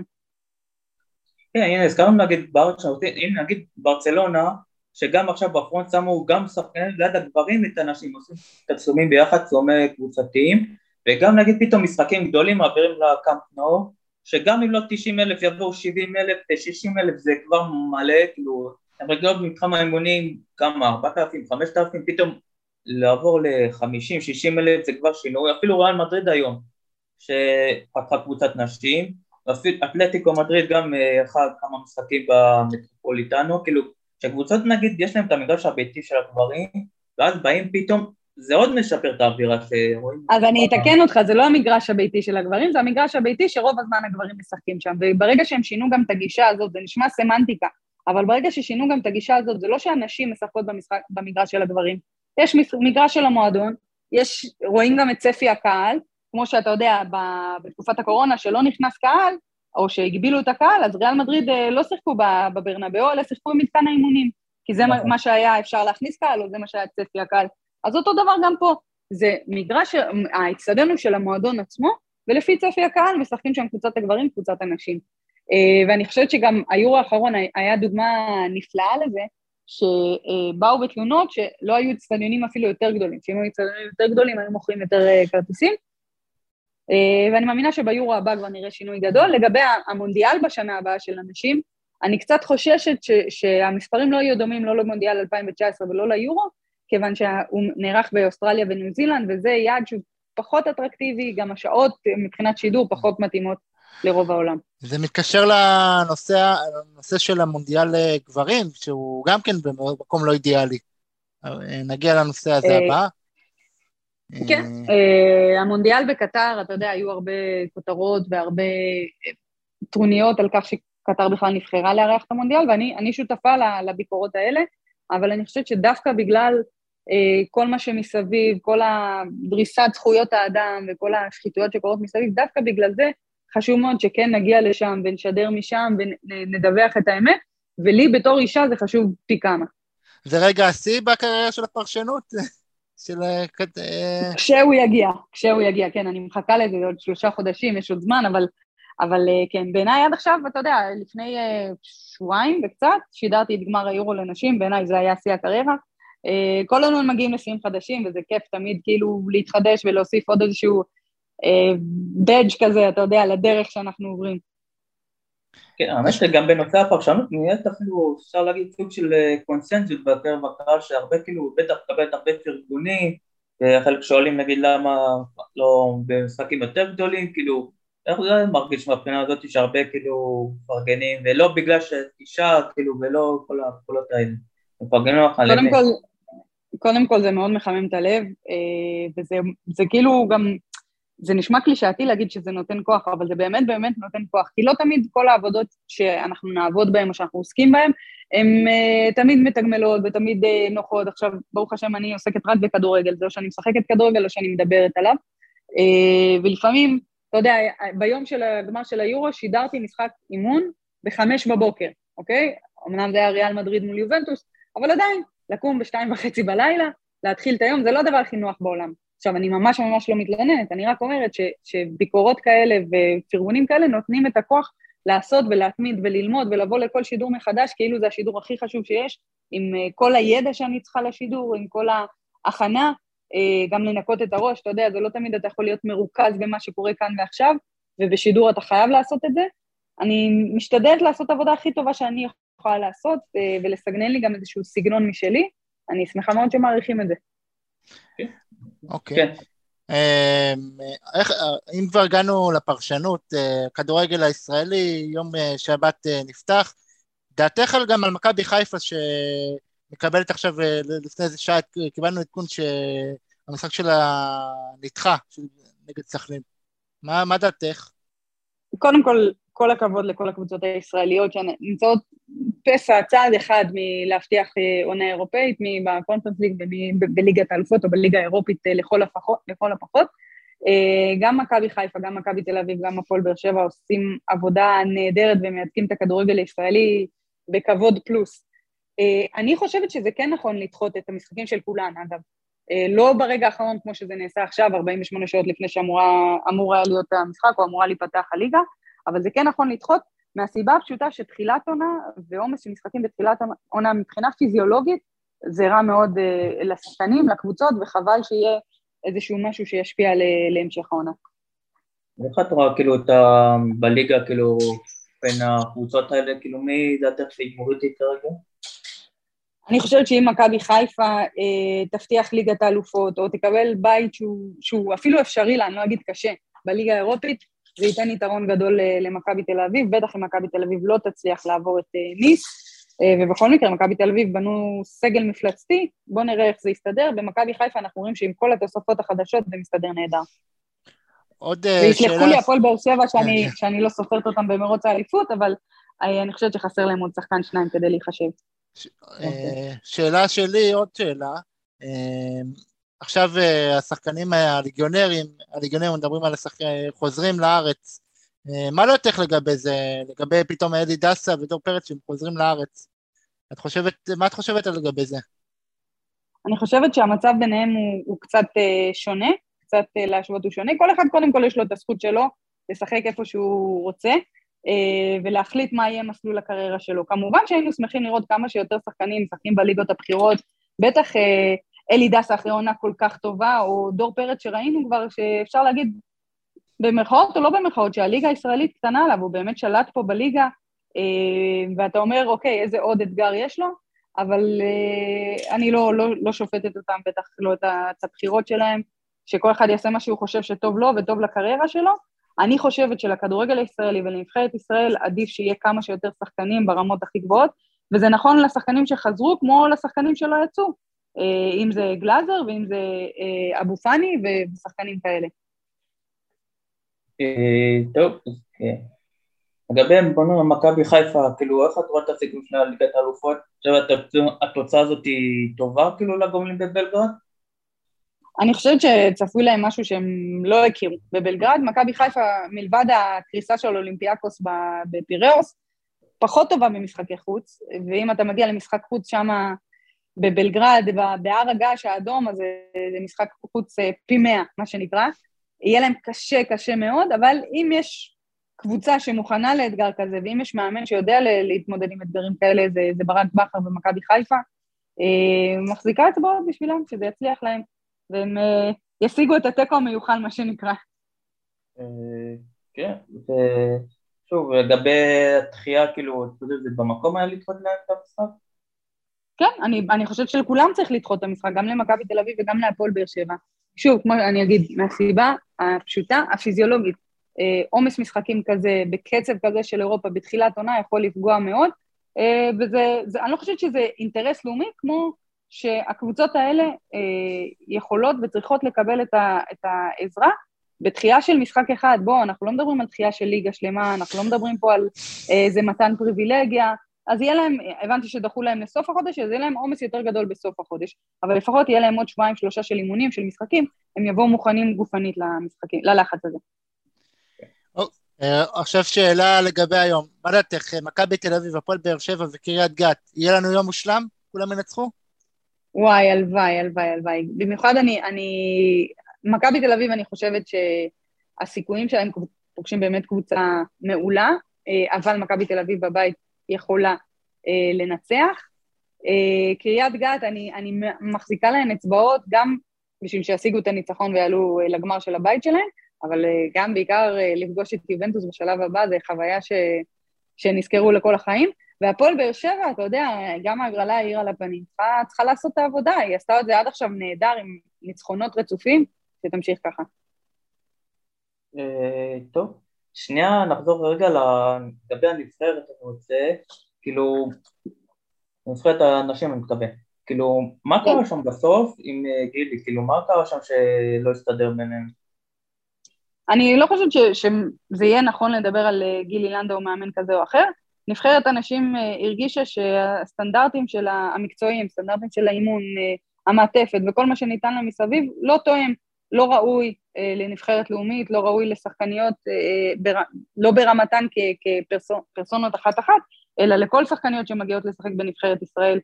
כן, הנה, הזכרנו נגיד בארץ, הנה נגיד ברצלונה, שגם עכשיו בפרונט שמו גם שחקנים ליד הגברים את הנשים, עושים תצלומים ביחד, צלומי קבוצתיים, וגם נגיד פתאום משחקים גדולים מעבירים לקאמפ נו, שגם אם לא תשעים אלף יבואו שבעים אלף, שישים אלף זה כבר מלא, כאילו, הם רגילות במתחם האימונים כמה, ארבעת אלפים, חמשת אלפים, פתאום לעבור ל-חמישים שישים אלף זה כבר שינוי, אפילו ריאל מדריד היום, שפתחה קבוצת נשים, אתלטיקו מדריד גם אחד כמה משחקים במטרופוליטנו, כאילו שקבוצות נגיד יש להם את המגרש הביתי של הגברים, ואז באים פתאום, זה עוד משפר את האווירה שרואים. אז אני אתקן אותך, זה לא המגרש הביתי של הגברים, זה המגרש הביתי שרוב הזמן הגברים משחקים שם, וברגע שהם שינו גם את הגישה הזאת, זה נשמע סמנטיקה, אבל ברגע ששינו גם את הגישה הזאת, זה לא שאנשים משחקות במשחק, במגרש של הגברים, יש מגרש של המועדון, יש, רואים גם את צפי הקהל, כמו שאתה יודע, בתקופת הקורונה שלא נכנס קהל, או שהגבילו את הקהל, אז ריאל מדריד לא שיחקו בברנבאו, אלא שיחקו במתקן האימונים, כי זה מה שהיה אפשר להכניס קהל, או זה מה שהיה צפי הקהל. אז אותו דבר גם פה, זה מגרש, האצטדיון הוא של המועדון עצמו, ולפי צפי הקהל משחקים שם קבוצת הגברים, קבוצת הנשים. ואני חושבת שגם היורו האחרון היה דוגמה נפלאה לזה, שבאו בתלונות שלא היו אצטדיונים אפילו יותר גדולים, שאם היו אצטדיונים יותר גדולים, היו מוכרים יותר כרטיסים, ואני מאמינה שביורו הבא כבר נראה שינוי גדול. לגבי המונדיאל בשנה הבאה של אנשים, אני קצת חוששת ש, שהמספרים לא יהיו דומים לא למונדיאל אלפיים תשע עשרה ולא ליורו, כיוון שהוא נערך באוסטרליה וניו זילנד, וזה יעד שהוא פחות אטרקטיבי, גם השעות מבחינת שידור פחות מתאימות לרוב העולם. זה מתקשר לנושא, לנושא של המונדיאל גברים, שהוא גם כן במקום לא אידיאלי. נגיע לנושא הזה הבא. כן, המונדיאל בקטר, אתה יודע, היו הרבה כותרות והרבה טרוניות על כך שקטר בכלל נבחרה לארח את המונדיאל, ואני אני שותפה לביקורות האלה, אבל אני חושבת שדווקא בגלל כל מה שמסביב, כל הדריסת זכויות האדם וכל השחיתויות שקורות מסביב, דווקא בגלל זה חשוב מאוד שכן נגיע לשם ונשדר משם ונדווח את האמת, ולי בתור אישה זה חשוב פי כמה. זה רגע השיא בקריירה של הפרשנות? של... כשהוא יגיע, כשהוא יגיע, כן, אני מחכה לזה עוד שלושה חודשים, יש עוד זמן, אבל, אבל כן, בעיניי עד עכשיו, אתה יודע, לפני שבועיים וקצת, שידרתי את גמר היורו לנשים, בעיניי זה היה שיא הקריירה, כל הזמן מגיעים לשיאים חדשים, וזה כיף תמיד כאילו להתחדש ולהוסיף עוד איזשהו בדג' כזה, אתה יודע, לדרך שאנחנו עוברים. כן, האמת שגם בנושא הפרשנות, נהיית אפילו, אפשר להגיד סוג של קונסנזוס בקרב הקהל, שהרבה כאילו, בטח מקבלת הרבה פרגונים, וחלק שואלים נגיד למה לא במשחקים יותר גדולים, כאילו, איך זה מרגיש מהבחינה הזאת שהרבה כאילו פרגנים, ולא בגלל שאישה, כאילו, ולא כל הקולות האלה. מפרגנים לך על קודם כל, קודם כל זה מאוד מחמם את הלב, וזה זה כאילו גם, זה נשמע קלישאתי להגיד שזה נותן כוח, אבל זה באמת באמת נותן כוח, כי לא תמיד כל העבודות שאנחנו נעבוד בהן או שאנחנו עוסקים בהן, הן uh, תמיד מתגמלות ותמיד uh, נוחות. עכשיו, ברוך השם, אני עוסקת רק בכדורגל, זה או שאני משחקת כדורגל או שאני מדברת עליו, uh, ולפעמים, אתה יודע, ביום של הגמר של היורו, שידרתי משחק אימון בחמש בבוקר, אוקיי? אמנם זה היה ריאל מדריד מול יובנטוס, אבל עדיין, לקום בשתיים וחצי בלילה, להתחיל את היום, זה לא הדבר הכי נוח בעולם. עכשיו, אני ממש ממש לא מתלוננת, אני רק אומרת ש, שביקורות כאלה ופרגונים כאלה נותנים את הכוח לעשות ולהתמיד וללמוד ולבוא לכל שידור מחדש, כאילו זה השידור הכי חשוב שיש, עם כל הידע שאני צריכה לשידור, עם כל ההכנה, גם לנקות את הראש, אתה יודע, זה לא תמיד אתה יכול להיות מרוכז במה שקורה כאן ועכשיו, ובשידור אתה חייב לעשות את זה. אני משתדלת לעשות עבודה הכי טובה שאני יכולה לעשות, ולסגנן לי גם איזשהו סגנון משלי, אני שמחה מאוד שמעריכים את זה. אוקיי. איך, אם כבר הגענו לפרשנות, כדורגל הישראלי, יום שבת נפתח, דעתך גם על מכבי חיפה שמקבלת עכשיו, לפני איזה שעה, קיבלנו עדכון שהמשחק שלה נדחה, נגד סכנין. מה, מה דעתך? קודם כל, כל הכבוד לכל הקבוצות הישראליות שנמצאות פסע צעד אחד מלהבטיח עונה אירופאית, בקונפרנס ליג, בליגת האלופות או בליגה האירופית לכל הפחות, לכל הפחות. גם מכבי חיפה, גם מכבי תל אביב, גם הפועל באר שבע עושים עבודה נהדרת ומייצגים את הכדורגל הישראלי בכבוד פלוס. אני חושבת שזה כן נכון לדחות את המשחקים של כולן, אגב. לא ברגע האחרון כמו שזה נעשה עכשיו, ארבעים ושמונה שעות לפני שאמור היה להיות המשחק או אמורה להיפתח הליגה, אבל זה כן נכון לדחות מהסיבה הפשוטה שתחילת עונה ועומס של משחקים בתחילת עונה מבחינה פיזיולוגית, זה רע מאוד uh, לשחקנים, לקבוצות, וחבל שיהיה איזשהו משהו שישפיע להמשך העונה. איך את רואה כאילו את ה... בליגה כאילו בין הקבוצות האלה, כאילו מי דעתך שהתמודדתי כרגע? אני חושבת שאם מכבי חיפה אה, תבטיח ליגת האלופות, או תקבל בית שהוא, שהוא אפילו אפשרי לה, אני לא אגיד קשה, בליגה האירופית, זה ייתן יתרון גדול למכבי תל אביב, בטח אם מכבי תל אביב לא תצליח לעבור את ניס, ובכל מקרה, מכבי תל אביב בנו סגל מפלצתי, בואו נראה איך זה יסתדר, במכבי חיפה אנחנו רואים שעם כל התוספות החדשות זה מסתדר נהדר. עוד שאלה... ויסלחו לי הפועל באר שבע שאני, שאני לא סופרת אותם במרוץ האליפות, אבל אני חושבת שחסר להם עוד שחקן שניים כדי להיחשב. שאלה שלי, עוד שאלה, עכשיו השחקנים הליגיונרים, הליגיונרים מדברים על השחקנים חוזרים לארץ, מה לא יותר לגבי זה, לגבי פתאום אלי דסה ודור פרץ שהם חוזרים לארץ? את חושבת, מה את חושבת על לגבי זה? אני חושבת שהמצב ביניהם הוא, הוא קצת שונה, קצת להשוות הוא שונה, כל אחד קודם כל יש לו את הזכות שלו לשחק איפה שהוא רוצה, ולהחליט מה יהיה מסלול הקריירה שלו. כמובן שהיינו שמחים לראות כמה שיותר שחקנים משחקים בליגות הבחירות, בטח אלי דסה אחרי עונה כל כך טובה, או דור פרץ שראינו כבר שאפשר להגיד במרכאות או לא במרכאות, שהליגה הישראלית קטנה עליו, הוא באמת שלט פה בליגה, ואתה אומר, אוקיי, איזה עוד אתגר יש לו, אבל אני לא, לא, לא שופטת אותם, בטח לא את הבחירות שלהם, שכל אחד יעשה מה שהוא חושב שטוב לו וטוב לקריירה שלו. אני חושבת שלכדורגל הישראלי ולנבחרת ישראל עדיף שיהיה כמה שיותר שחקנים ברמות הכי גבוהות, וזה נכון לשחקנים שחזרו כמו לשחקנים שלא יצאו, אם זה גלאזר ואם זה אבו פאני ושחקנים כאלה. טוב, לגבי בנו מכבי חיפה, כאילו איך את רואה את הסיכום של ליגת האלופות? התוצאה הזאת היא טובה כאילו לגומלין בבלגרד? אני חושבת שצפוי להם משהו שהם לא הכירו. בבלגרד, מכבי חיפה, מלבד הקריסה של אולימפיאקוס בפיראוס, פחות טובה במשחקי חוץ, ואם אתה מגיע למשחק חוץ שם בבלגרד, בהר הגעש האדום, אז זה משחק חוץ פי מאה, מה שנקרא, יהיה להם קשה, קשה מאוד, אבל אם יש קבוצה שמוכנה לאתגר כזה, ואם יש מאמן שיודע להתמודד עם אתגרים כאלה, זה, זה ברק בכר במכבי חיפה, מחזיקה אצבעות בשבילם, שזה יצליח להם, והם ישיגו את הטקו המיוחל, מה שנקרא. כן, ושוב, לגבי התחייה, כאילו, זה במקום היה לדחות להם את המשחק? כן, אני, אני חושבת שלכולם צריך לדחות את המשחק, גם למכבי תל אביב וגם להפועל באר שבע. שוב, כמו אני אגיד, מהסיבה הפשוטה, הפיזיולוגית, עומס משחקים כזה, בקצב כזה של אירופה, בתחילת עונה, יכול לפגוע מאוד, וזה, זה, אני לא חושבת שזה אינטרס לאומי, כמו שהקבוצות האלה יכולות וצריכות לקבל את, ה, את העזרה, בתחייה של משחק אחד. בוא, אנחנו לא מדברים על תחייה של ליגה שלמה, אנחנו לא מדברים פה על איזה מתן פריבילגיה, אז יהיה להם, הבנתי שדחו להם לסוף החודש, אז יהיה להם עומס יותר גדול בסוף החודש, אבל לפחות יהיה להם עוד שבועיים, שלושה של אימונים, של משחקים, הם יבואו מוכנים גופנית למשחקים, ללחץ הזה. עכשיו שאלה לגבי היום, מה דעתך, מכבי תל אביב, הפועל באר שבע וקריית גת, יהיה לנו יום מושלם? כולם ינצחו? וואי, הלוואי, הלוואי, הלוואי. במיוחד אני, אני, מכבי תל אביב, אני חושבת שהסיכויים שלהם פוגשים באמת קבוצה מעולה, אבל מכבי תל אביב בבית יכולה לנצח. קריית גת, אני, אני מחזיקה להן אצבעות, גם בשביל שישיגו את הניצחון ויעלו לגמר של הבית שלהם, אבל גם בעיקר לפגוש את יובנטוס בשלב הבא, זה חוויה ש, שנזכרו לכל החיים. והפועל באר שבע, אתה יודע, גם ההגרלה העיר על הפנים, צריכה, צריכה לעשות את העבודה, היא עשתה את זה עד עכשיו נהדר עם ניצחונות רצופים, שתמשיך ככה. טוב, שנייה נחזור רגע לגבי הנבחרת, אני רוצה, כאילו, נבחרת האנשים אני מתכוון, כאילו, מה קרה שם בסוף עם גילי, כאילו, מה קרה שם שלא הסתדר ביניהם? אני לא חושבת ש, שזה יהיה נכון לדבר על גילי לנדאו מאמן כזה או אחר, נבחרת אנשים הרגישה שהסטנדרטים של המקצועיים, סטנדרטים של האימון, המעטפת וכל מה שניתן לה מסביב, לא תואם, לא ראוי לנבחרת לאומית, לא ראוי לשחקניות, לא ברמתן כפרסונות אחת-אחת, אלא לכל שחקניות שמגיעות לשחק בנבחרת ישראל,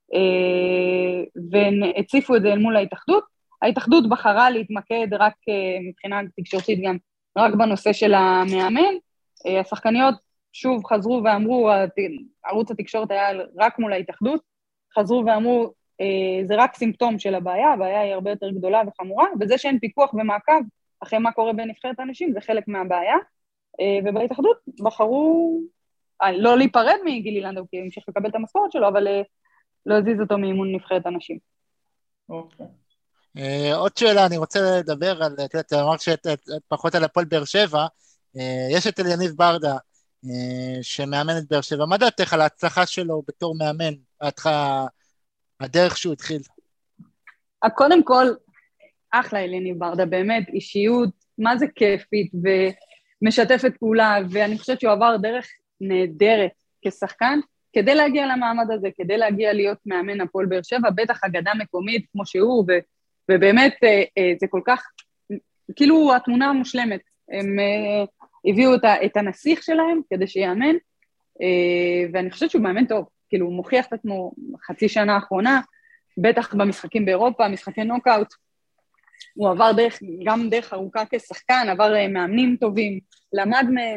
והציפו את זה אל מול ההתאחדות. ההתאחדות בחרה להתמקד רק מבחינה תקשורתית גם, רק בנושא של המאמן, השחקניות שוב חזרו ואמרו, ערוץ התקשורת היה רק מול ההתאחדות, חזרו ואמרו, זה רק סימפטום של הבעיה, הבעיה היא הרבה יותר גדולה וחמורה, וזה שאין פיקוח ומעקב אחרי מה קורה בנבחרת האנשים, זה חלק מהבעיה, ובהתאחדות בחרו לא להיפרד מגילי לנדאו, כי המשיך לקבל את המשכורת שלו, אבל לא הזיז אותו מאימון נבחרת האנשים. אוקיי. עוד שאלה, אני רוצה לדבר על, אתה אמרת פחות על הפועל באר שבע, יש את אליניב ברדה, שמאמן את באר שבע, מה דעתך על ההצלחה שלו בתור מאמן, הדרך שהוא התחיל? קודם כל, אחלה אליניב ברדה, באמת אישיות, מה זה כיפית ומשתפת פעולה, ואני חושבת שהוא עבר דרך נהדרת כשחקן, כדי להגיע למעמד הזה, כדי להגיע להיות מאמן הפועל באר שבע, בטח אגדה מקומית כמו שהוא, ובאמת זה כל כך, כאילו התמונה המושלמת, הם הביאו את הנסיך שלהם כדי שיאמן, ואני חושבת שהוא מאמן טוב, כאילו הוא מוכיח את עצמו חצי שנה האחרונה, בטח במשחקים באירופה, משחקי נוקאוט, הוא עבר דרך, גם דרך ארוכה כשחקן, עבר מאמנים טובים, למד מהם,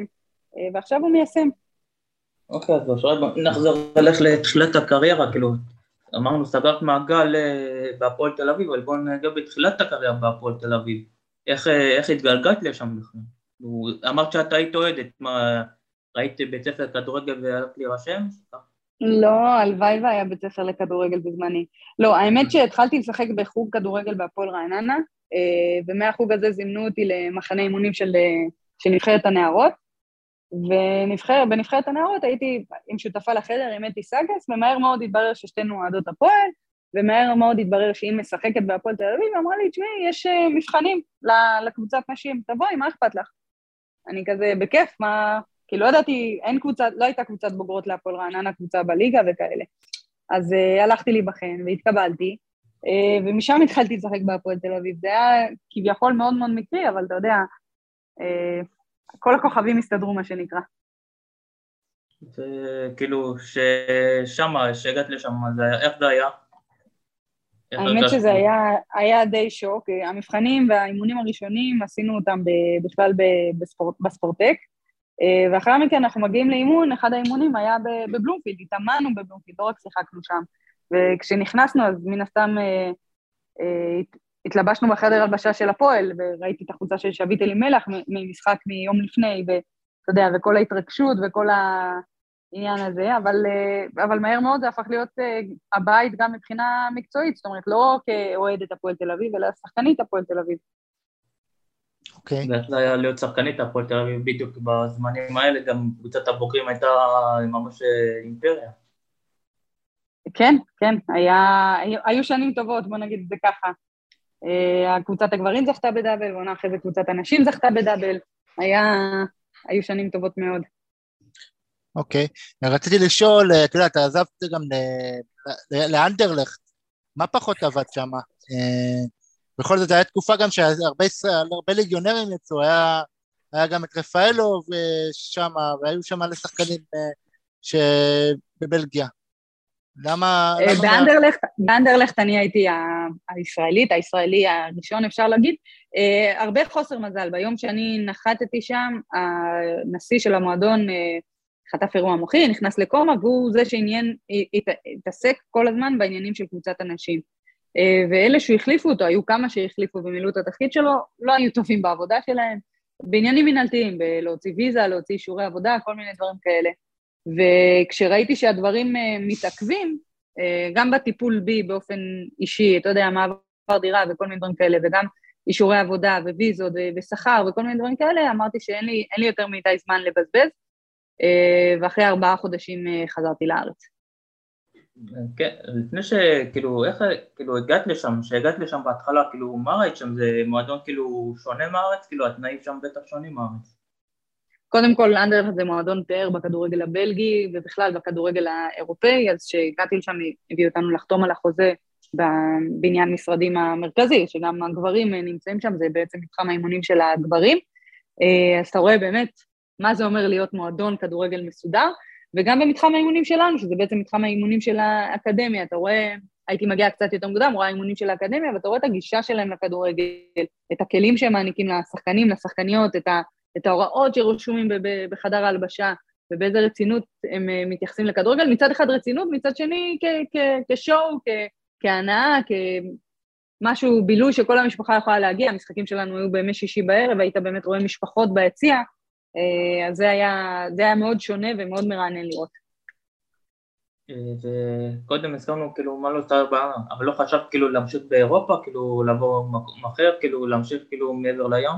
ועכשיו הוא מיישם. אוקיי, אז עכשיו נחזור אליך לתחילת הקריירה, כאילו, אמרנו, סגרת מעגל בהפועל תל אביב, אבל בואו נגע בתחילת הקריירה בהפועל תל אביב. איך, איך התגלגלת לשם בכלל? אמרת שאת היית אוהדת, מה, ראית בית ספר כדורגל והלכת להירשם? לא, הלוואי והיה בית ספר לכדורגל בזמני. לא, האמת שהתחלתי לשחק בחוג כדורגל בהפועל רעננה, ומהחוג הזה זימנו אותי למחנה אימונים של, של נבחרת הנערות, ובנבחרת הנערות הייתי עם שותפה לחדר, עם אתי סגס, ומהר מאוד התברר ששתינו אוהדות הפועל, ומהר מאוד התברר שהיא משחקת בהפועל תל אביב, ואמרה לי, תשמעי, יש מבחנים לקבוצת נשים, תבואי, מה אכפת לך? אני כזה, בכיף, מה... כי לא ידעתי, אין קבוצה, לא הייתה קבוצת בוגרות להפועל רעננה, קבוצה בליגה וכאלה. אז uh, הלכתי להיבחן והתקבלתי, uh, ומשם התחלתי לשחק בהפועל תל אביב. זה היה כביכול מאוד מאוד מקרי, אבל אתה יודע, uh, כל הכוכבים הסתדרו, מה שנקרא. וכאילו, ששמה, שהגעת לשם, איך זה היה? האמת שזה היה, היה די שוק. המבחנים והאימונים הראשונים עשינו אותם בכלל בספורט, בספורטק, ואחרי מכן אנחנו מגיעים לאימון, אחד האימונים היה בבלומפילד, התאמנו בבלומפילד, לא רק שיחקנו שם, וכשנכנסנו אז מן הסתם התלבשנו בחדר הלבשה של הפועל, וראיתי את החולצה של שביט אלימלך ממשחק מיום לפני, ואתה יודע, וכל ההתרגשות וכל העניין הזה, אבל, אבל מהר מאוד זה הפך להיות הבית גם מבחינה מקצועית, זאת אומרת, לא כאוהדת הפועל תל אביב, אלא שחקנית הפועל תל אביב. אוקיי. זה היה להיות שחקנית הפועל תל אביב בדיוק בזמנים האלה, גם קבוצת הבוגרים הייתה ממש אימפריה. כן, כן, היה, היו שנים טובות, בוא נגיד את זה ככה. הקבוצת הגברים זכתה בדאבל, ועונה אחרי זה קבוצת הנשים זכתה בדאבל, היה, היו שנים טובות מאוד. אוקיי, רציתי לשאול, אתה יודע, אתה עזבת גם לאנדרלכט, מה פחות עבד שם? בכל זאת, היה תקופה גם שהרבה ליגיונרים יצאו, היה, היה גם את רפאלוב שם, והיו שם לשחקנים שבבלגיה. למה... באנדרלכט, באנדרלכט אני הייתי הישראלית, הישראלי הראשון אפשר להגיד, הרבה חוסר מזל. ביום שאני נחתתי שם, הנשיא של המועדון חטף אירוע מוחי, נכנס לקומה, והוא זה שעניין, התעסק כל הזמן בעניינים של קבוצת אנשים. ואלה שהחליפו אותו, היו כמה שהחליפו ומילאו את התפקיד שלו, לא היו טובים בעבודה שלהם, בעניינים מנהלתיים, להוציא ויזה, להוציא אישורי עבודה, כל מיני דברים כאלה. וכשראיתי שהדברים מתעכבים, גם בטיפול בי באופן אישי, אתה יודע, מעבר דירה וכל מיני דברים כאלה, וגם אישורי עבודה וויזות ושכר וכל מיני דברים כאלה, אמרתי שאין לי, אין לי יותר מדי זמן לבזבז, ואחרי ארבעה חודשים חזרתי לארץ. כן, לפני שכאילו, איך, כאילו, הגעת לשם, שהגעת לשם בהתחלה, כאילו, מה ראית שם? זה מועדון כאילו שונה מארץ? כאילו, התנאים שם בטח שונים מארץ. קודם כל, אנדרלכט זה מועדון פאר בכדורגל הבלגי, ובכלל בכדורגל האירופאי, אז שהגעתי לשם, הביא אותנו לחתום על החוזה בבניין משרדים המרכזי, שגם הגברים נמצאים שם, זה בעצם מתחם האימונים של הגברים, אז אתה רואה באמת מה זה אומר להיות מועדון כדורגל מסודר, וגם במתחם האימונים שלנו, שזה בעצם מתחם האימונים של האקדמיה, אתה רואה, הייתי מגיעה קצת יותר מוקדם, רואה האימונים של האקדמיה, ואתה רואה את הגישה שלהם לכדורגל, את הכלים שהם מעניקים לשחקנים, לשחקניות, את, ה, את ההוראות שרשומים בחדר ההלבשה, ובאיזה רצינות הם מתייחסים לכדורגל, מצד אחד רצינות, מצד שני כ- כ- כשואו, כ- כהנאה, כמשהו בילוי שכל המשפחה יכולה להגיע, המשחקים שלנו היו בימי שישי בערב, היית באמת רואה משפחות ביציע, אז זה היה, זה היה מאוד שונה ומאוד מרענן לראות. וקודם הזכרנו כאילו מה לא סתר בעיה, אבל לא חשבת כאילו להמשיך באירופה, כאילו לעבור מקום אחר, כאילו להמשיך כאילו מעבר לים?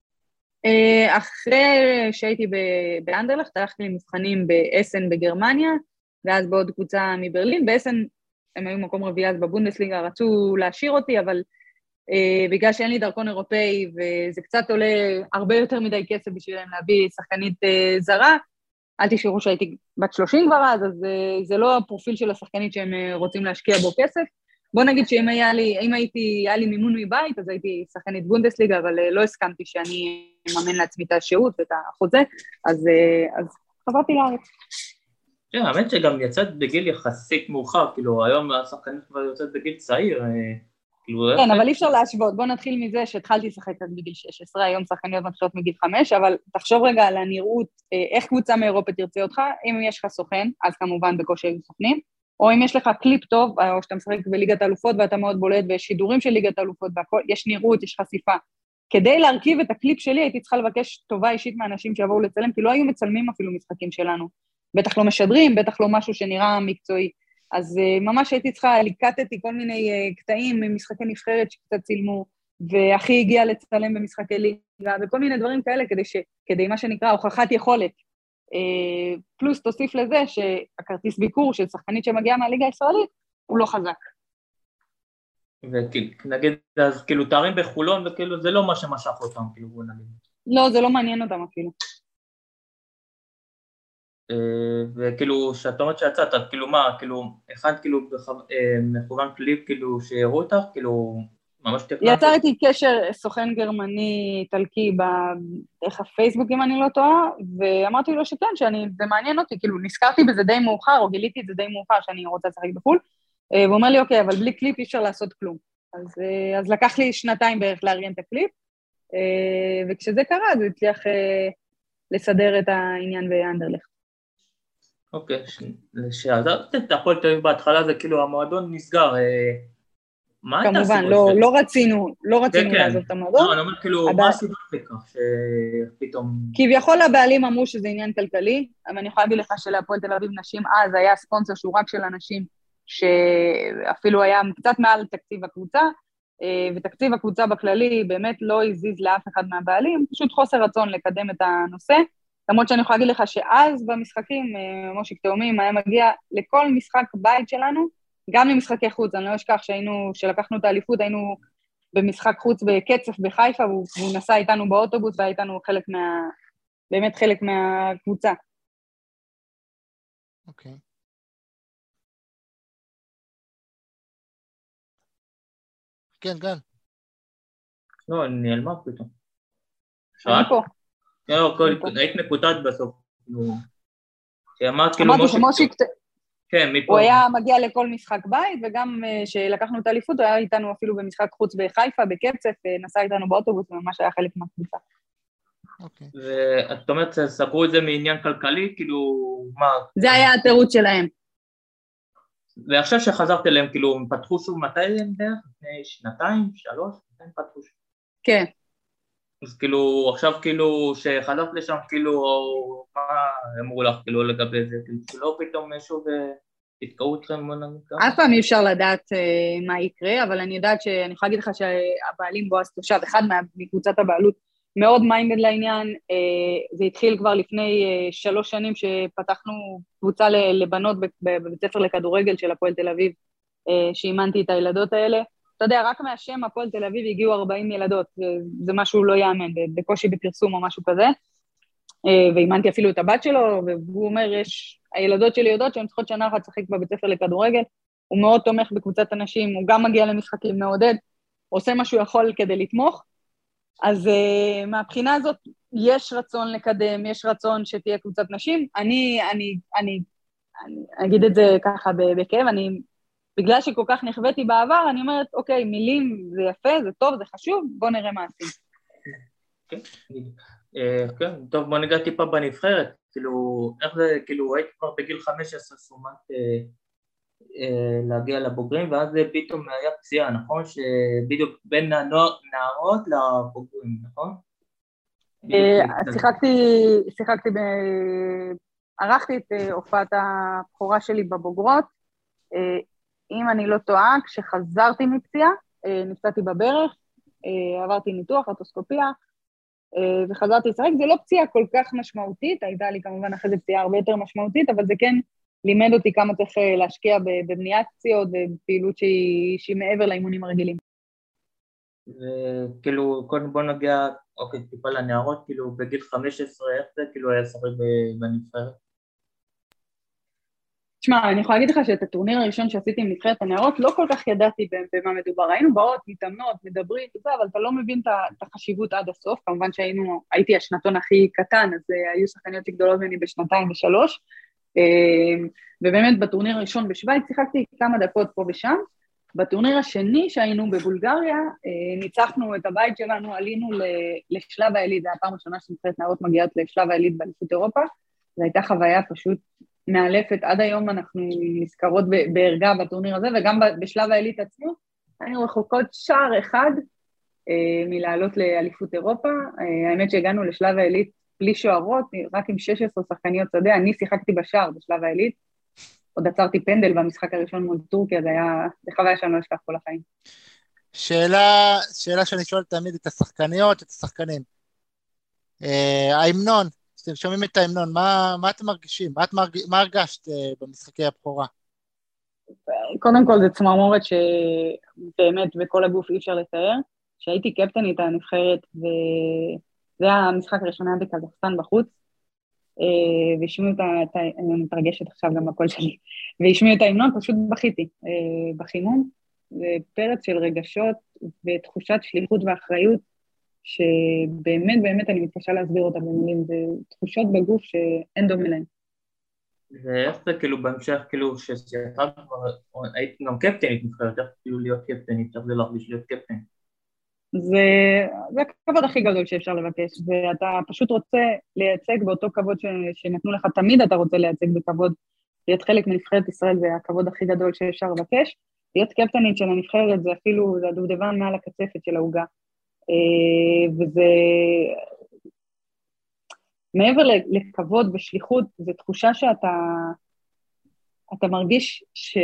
אחרי שהייתי באנדרלכט, הלכתי למבחנים באסן בגרמניה, ואז בעוד קבוצה מברלין, באסן הם היו מקום רביעי אז בבונדסליגה, רצו להשאיר אותי, אבל Uh, בגלל שאין לי דרכון אירופאי, וזה קצת עולה הרבה יותר מדי כסף בשבילם להביא שחקנית uh, זרה, אל תשאירו שהייתי בת שלושים כבר אז, אז uh, זה לא הפרופיל של השחקנית שהם uh, רוצים להשקיע בו כסף. בוא נגיד שאם היה לי, אם הייתי, היה לי מימון מבית, אז הייתי שחקנית בונדסליגה, אבל uh, לא הסכמתי שאני מממן לעצמי את השהות ואת החוזה, אז, uh, אז חזרתי לארץ. כן, האמת שגם יצאת בגיל יחסית מאוחר, כאילו היום השחקנית כבר יוצאת בגיל צעיר, כן, אבל אי אפשר להשוות. בוא נתחיל מזה שהתחלתי לשחק רק בגיל שש עשרה, היום שחקניות מתחילות מגיל חמש, אבל תחשוב רגע על הנראות, איך קבוצה מאירופה תרצה אותך, אם יש לך סוכן, אז כמובן בקושי היו סוכנים, או אם יש לך קליפ טוב, או שאתה משחק בליגת האלופות ואתה מאוד בולט, ויש שידורים של ליגת האלופות, יש נראות, יש חשיפה. כדי להרכיב את הקליפ שלי, הייתי צריכה לבקש טובה אישית מאנשים שיבואו לצלם, כי לא היו מצלמים אפילו משחקים שלנו. בטח לא משדרים, בטח לא משהו שנראה מקצועי. אז ממש הייתי צריכה, לקטתי כל מיני קטעים ממשחקי נבחרת שקצת צילמו, ואחי הגיע לצלם במשחקי ליגה, וכל מיני דברים כאלה, כדי, ש, כדי מה שנקרא הוכחת יכולת. פלוס תוסיף לזה שהכרטיס ביקור של שחקנית שמגיעה מהליגה הישראלית, הוא לא חזק. ונגיד, אז כאילו תארים בחולון, וכאילו זה לא מה שמשך אותם, כאילו בוא נגיד. לא, זה לא מעניין אותם אפילו. וכאילו, שאת אומרת שיצאת, כאילו מה, כאילו, אחד כאילו מכוון קליפ, כאילו, שהראו אותך, כאילו, ממש תקנן? יצרתי קשר סוכן גרמני איטלקי דרך הפייסבוק, אם אני לא טועה, ואמרתי לו שכן, שאני, זה מעניין אותי, כאילו, נזכרתי בזה די מאוחר, או גיליתי את זה די מאוחר, שאני רוצה לשחק בחו"ל, והוא אומר לי, אוקיי, אבל בלי קליפ אי אפשר לעשות כלום. אז, אז לקח לי שנתיים בערך לארגן את הקליפ, וכשזה קרה, זה הצליח לסדר את העניין באנדרלכט. אוקיי, שעזרת את הפועל תל אביב בהתחלה, זה כאילו המועדון נסגר, מה הייתה הסיבה? כמובן, לא רצינו, לא רצינו לעזוב את המועדון. לא, אני אומר כאילו, מה הסיבה לכך שפתאום... כביכול הבעלים אמרו שזה עניין כלכלי, אבל אני יכולה להגיד לך שלהפועל תל אביב נשים, אז היה ספונסר שהוא רק של אנשים, שאפילו היה קצת מעל תקציב הקבוצה, ותקציב הקבוצה בכללי באמת לא הזיז לאף אחד מהבעלים, פשוט חוסר רצון לקדם את הנושא, למרות שאני יכולה להגיד לך שאז במשחקים, מושיק תאומים היה מגיע לכל משחק בית שלנו, גם למשחקי חוץ, אני לא אשכח שהיינו, שלקחנו את האליפות, היינו במשחק חוץ בקצף בחיפה, והוא, והוא נסע איתנו באוטובוס, והיה איתנו חלק מה, באמת חלק מהקבוצה. אוקיי. כן, גל. לא, אני נעלמה פתאום. אני פה. לא, היית מקוטעת בסוף. אמרתי שמושיק, כן, מפה. הוא היה מגיע לכל משחק בית, וגם שלקחנו את האליפות, הוא היה איתנו אפילו במשחק חוץ בחיפה, בקצף, נסע איתנו באוטובוס, וממש היה חלק מהקבוצה. ואת אומרת, סגרו את זה מעניין כלכלי, כאילו, מה? זה היה התירוץ שלהם. ועכשיו שחזרת אליהם, כאילו, הם פתחו שוב מתי הם דרך? לפני שנתיים, שלוש? מתי הם פתחו שוב? כן. אז כאילו, עכשיו כאילו, שחזרת לשם, כאילו, מה אמרו לך, כאילו, לגבי זה? כאילו, לא פתאום שוב התקעו אתכם? אף פעם אי אפשר לדעת מה יקרה, אבל אני יודעת שאני יכולה להגיד לך שהבעלים בועז תושב, אחד מקבוצת הבעלות, מאוד מיינדד לעניין, זה התחיל כבר לפני שלוש שנים שפתחנו קבוצה לבנות בבית ספר לכדורגל של הפועל תל אביב, שאימנתי את הילדות האלה, אתה יודע, רק מהשם הפועל תל אביב הגיעו ארבעים ילדות, זה משהו לא יאמן, בקושי בפרסום או משהו כזה, ואימנתי אפילו את הבת שלו, והוא אומר, יש, הילדות שלי יודעות שהן צריכות שנה אחת לשחק בבית ספר לכדורגל, הוא מאוד תומך בקבוצת אנשים, הוא גם מגיע למשחקים מעודד, עושה מה שהוא יכול כדי לתמוך, אז uh, מהבחינה הזאת יש רצון לקדם, יש רצון שתהיה קבוצת נשים, אני, אני, אני, אני אגיד את זה ככה בכאב, אני, בגלל שכל כך נחוויתי בעבר, אני אומרת, אוקיי, מילים זה יפה, זה טוב, זה חשוב, בוא נראה מה עושים. כן, כן, טוב, בוא ניגע טיפה בנבחרת, כאילו, איך זה, כאילו, הייתי כבר בגיל חמש עשרה סומת להגיע לבוגרים, ואז פתאום היה פציעה, נכון? שבדיוק בין הנערות לבוגרים, נכון? שיחקתי, שיחקתי, ערכתי את הופעת הבכורה שלי בבוגרות, אם אני לא טועה, כשחזרתי מפציעה, נפצעתי בברך, עברתי ניתוח, ארטוסקופיה, וחזרתי לשחק, זה לא פציעה כל כך משמעותית, הייתה לי כמובן אחרי זה פציעה הרבה יותר משמעותית, אבל זה כן לימד אותי כמה צריך להשקיע בבניית פציעות, ובפעילות שהיא, שהיא מעבר לאימונים הרגילים. וכאילו, קודם בוא נגיע, אוקיי, טיפה לנערות, כאילו בגיל חמש עשרה, איך זה כאילו היה שחק בנבחרת? תשמע, אני יכולה להגיד לך שאת הטורניר הראשון שעשיתי עם נבחרת הנערות, לא כל כך ידעתי במה מדובר. היינו באות, מתאמנות, מדברים, אבל אתה לא מבין את החשיבות עד הסוף. כמובן שהיינו, הייתי השנתון הכי קטן, אז היו שחקניות גדולות ממני בשנתיים ושלוש. ובאמת בטורניר הראשון בשוויץ שיחקתי כמה דקות פה ושם, בטורניר השני שהיינו בבולגריה, ניצחנו את הבית שלנו, עלינו לשלב העילית, זו הפעם הראשונה שנבחרת נערות מגיעות לשלב העילית באליפות אירופה, זו הייתה חוויה פשוט מאלפת, עד היום אנחנו נזכרות בערגה בטורניר הזה, וגם בשלב העילית עצמו, היינו רחוקות שער אחד מלעלות לאליפות אירופה, האמת שהגענו לשלב העילית בלי שוערות, רק עם שש עשרה שחקניות שדה, אני שיחקתי בשער בשלב העילית, עוד עצרתי פנדל במשחק הראשון מול טורקיה, זה היה, זה חוויה שאני לא אשכח כל החיים. שאלה, שאלה שאני שואל תמיד את השחקניות, את השחקנים. ההמנון, אתם שומעים את ההמנון, מה, מה אתם מרגישים? מה, את מרג... מה הרגשת במשחקי הבכורה? קודם כל זה צמרמורת שבאמת בכל הגוף אי אפשר לתאר, שהייתי קפטנית הנבחרת, וזה היה המשחק הראשון היה בקזחסטן בחוץ, וישמיעו את ה... אני מתרגשת עכשיו גם בקול שלי, וישמיעו את ההמנון, פשוט בכיתי בחימום, ופרץ של רגשות ותחושת שליחות ואחריות, שבאמת באמת אני מתקשה להסביר אותה במילים, זה תחושות בגוף שאין דומה להן. ואיך זה כאילו בהמשך, כאילו שסייחת כבר, הייתי גם קפטנית נבחרת, איך כאילו להיות קפטנית, איך זה להרגיש להיות קפטנית? זה, זה הכבוד הכי גדול שאפשר לבקש, ואתה פשוט רוצה לייצג באותו כבוד ש, שנתנו לך, תמיד אתה רוצה לייצג בכבוד, להיות חלק מנבחרת ישראל זה הכבוד הכי גדול שאפשר לבקש, להיות קפטנית של הנבחרת זה אפילו, זה הדובדבן מעל הקצפת של ההוגה, וזה, מעבר לכבוד ושליחות, זו תחושה שאתה, אתה מרגיש ש...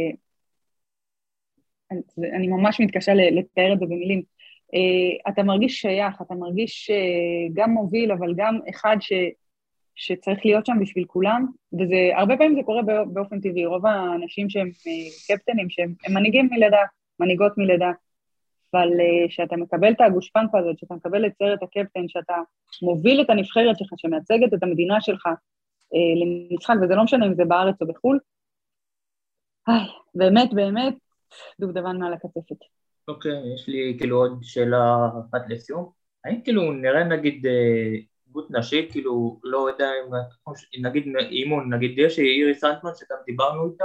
אני ממש מתקשה לתאר את זה במילים, אתה מרגיש שייך, אתה מרגיש גם מוביל, אבל גם אחד ש, שצריך להיות שם בשביל כולם, וזה, הרבה פעמים זה קורה באופן טבעי, רוב האנשים שהם קפטנים, שהם מנהיגים מלידה, מנהיגות מלידה, אבל שאתה מקבל את הגושפנקה הזאת, שאתה מקבל את סרט הקפטן, שאתה מוביל את הנבחרת שלך, שמייצגת את המדינה שלך למשחק, וזה לא משנה אם זה בארץ או בחול, באמת, באמת, דובדבן מעל הקצפת. אוקיי, יש לי כאילו עוד שאלה אחת לסיום. האם כאילו נראה נגיד גות נשית, כאילו לא יודע אם נגיד אימון, נגיד יש איריס אנטמן שגם דיברנו איתה,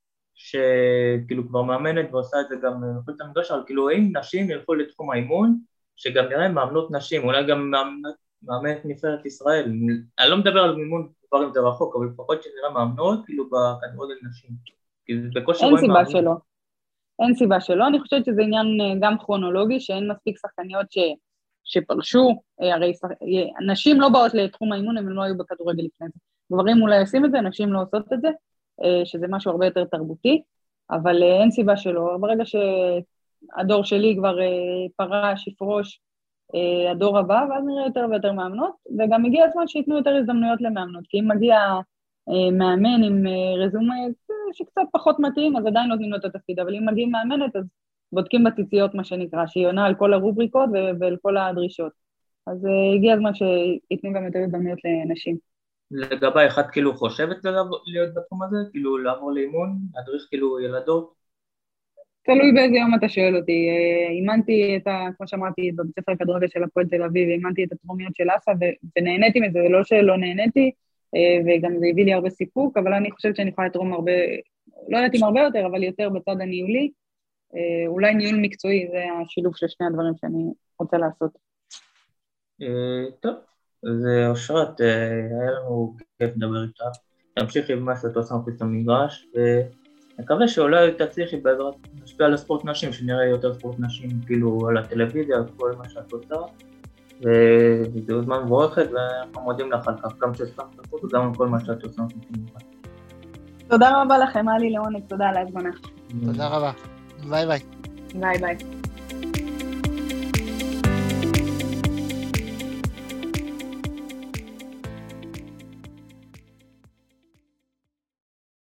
שכאילו כבר מאמנת ועושה את זה גם מחוץ למגרש, אבל כאילו האם נשים ילכו לתחום האימון, שגם נראה מאמנות נשים, אולי גם מאמנת נבחרת ישראל, אני לא מדבר על אימון כבר אם זה רחוק, אבל לפחות שנראה מאמנות כאילו בכדורגל נשים. אין סיבה שלא. אין סיבה שלא, אני חושבת שזה עניין גם כרונולוגי, שאין מספיק שחקניות ש, שפרשו, הרי נשים לא באות לתחום האימון, הם לא היו בכדורגל לפני זה. גברים אולי עושים את זה, נשים לא עושות את זה, שזה משהו הרבה יותר תרבותי, אבל אין סיבה שלא. ברגע שהדור שלי כבר פרש, יפרוש, הדור הבא, ואז נראה יותר ויותר מאמנות, וגם הגיע הזמן שיתנו יותר הזדמנויות למאמנות, כי אם מגיע מאמן עם רזומה שקצת פחות מתאים, אז עדיין נותנים לו את התפקיד, אבל אם מגיעים מאמנת, אז בודקים בציציות מה שנקרא, שהיא עונה על כל הרובריקות ועל כל הדרישות. אז הגיע הזמן שיתנו גם יותר הזדמנויות לנשים. לגבי אחד כאילו חושבת להיות בתחום הזה? כאילו לעבור לאימון, להדריך כאילו ילדות? תלוי באיזה יום אתה שואל אותי. אימנתי את ה... כמו שאמרתי, בבית ספר הכדורגל של הפועל תל אביב, אימנתי את התחומיות של אסה, ונהניתי מזה, לא שלא נהניתי, וגם זה הביא לי הרבה סיפוק, אבל אני חושבת שאני יכולה לתרום הרבה, לא יודעת אם הרבה יותר, אבל יותר בצד הניהולי, אולי ניהול מקצועי, זה השילוב של שני הדברים שאני רוצה לעשות. טוב, אז אושרת, היה לנו כיף לדבר איתך, תמשיכי במה שאתה עושה מחוץ למגרש, ונקווה שאולי תצליחי בעזרת להשפיע על הספורט נשים, שנראה יותר ספורט נשים כאילו על הטלוויזיה, כל מה שאת עושה, וזה עוד זמן מבורכת, ואנחנו מודים לך על כך, גם שסתם תפות וגם על כל מה שאת עושה. תודה רבה לכם, היה לי לעונג, תודה על ההזמנה. תודה רבה, ביי ביי. ביי ביי.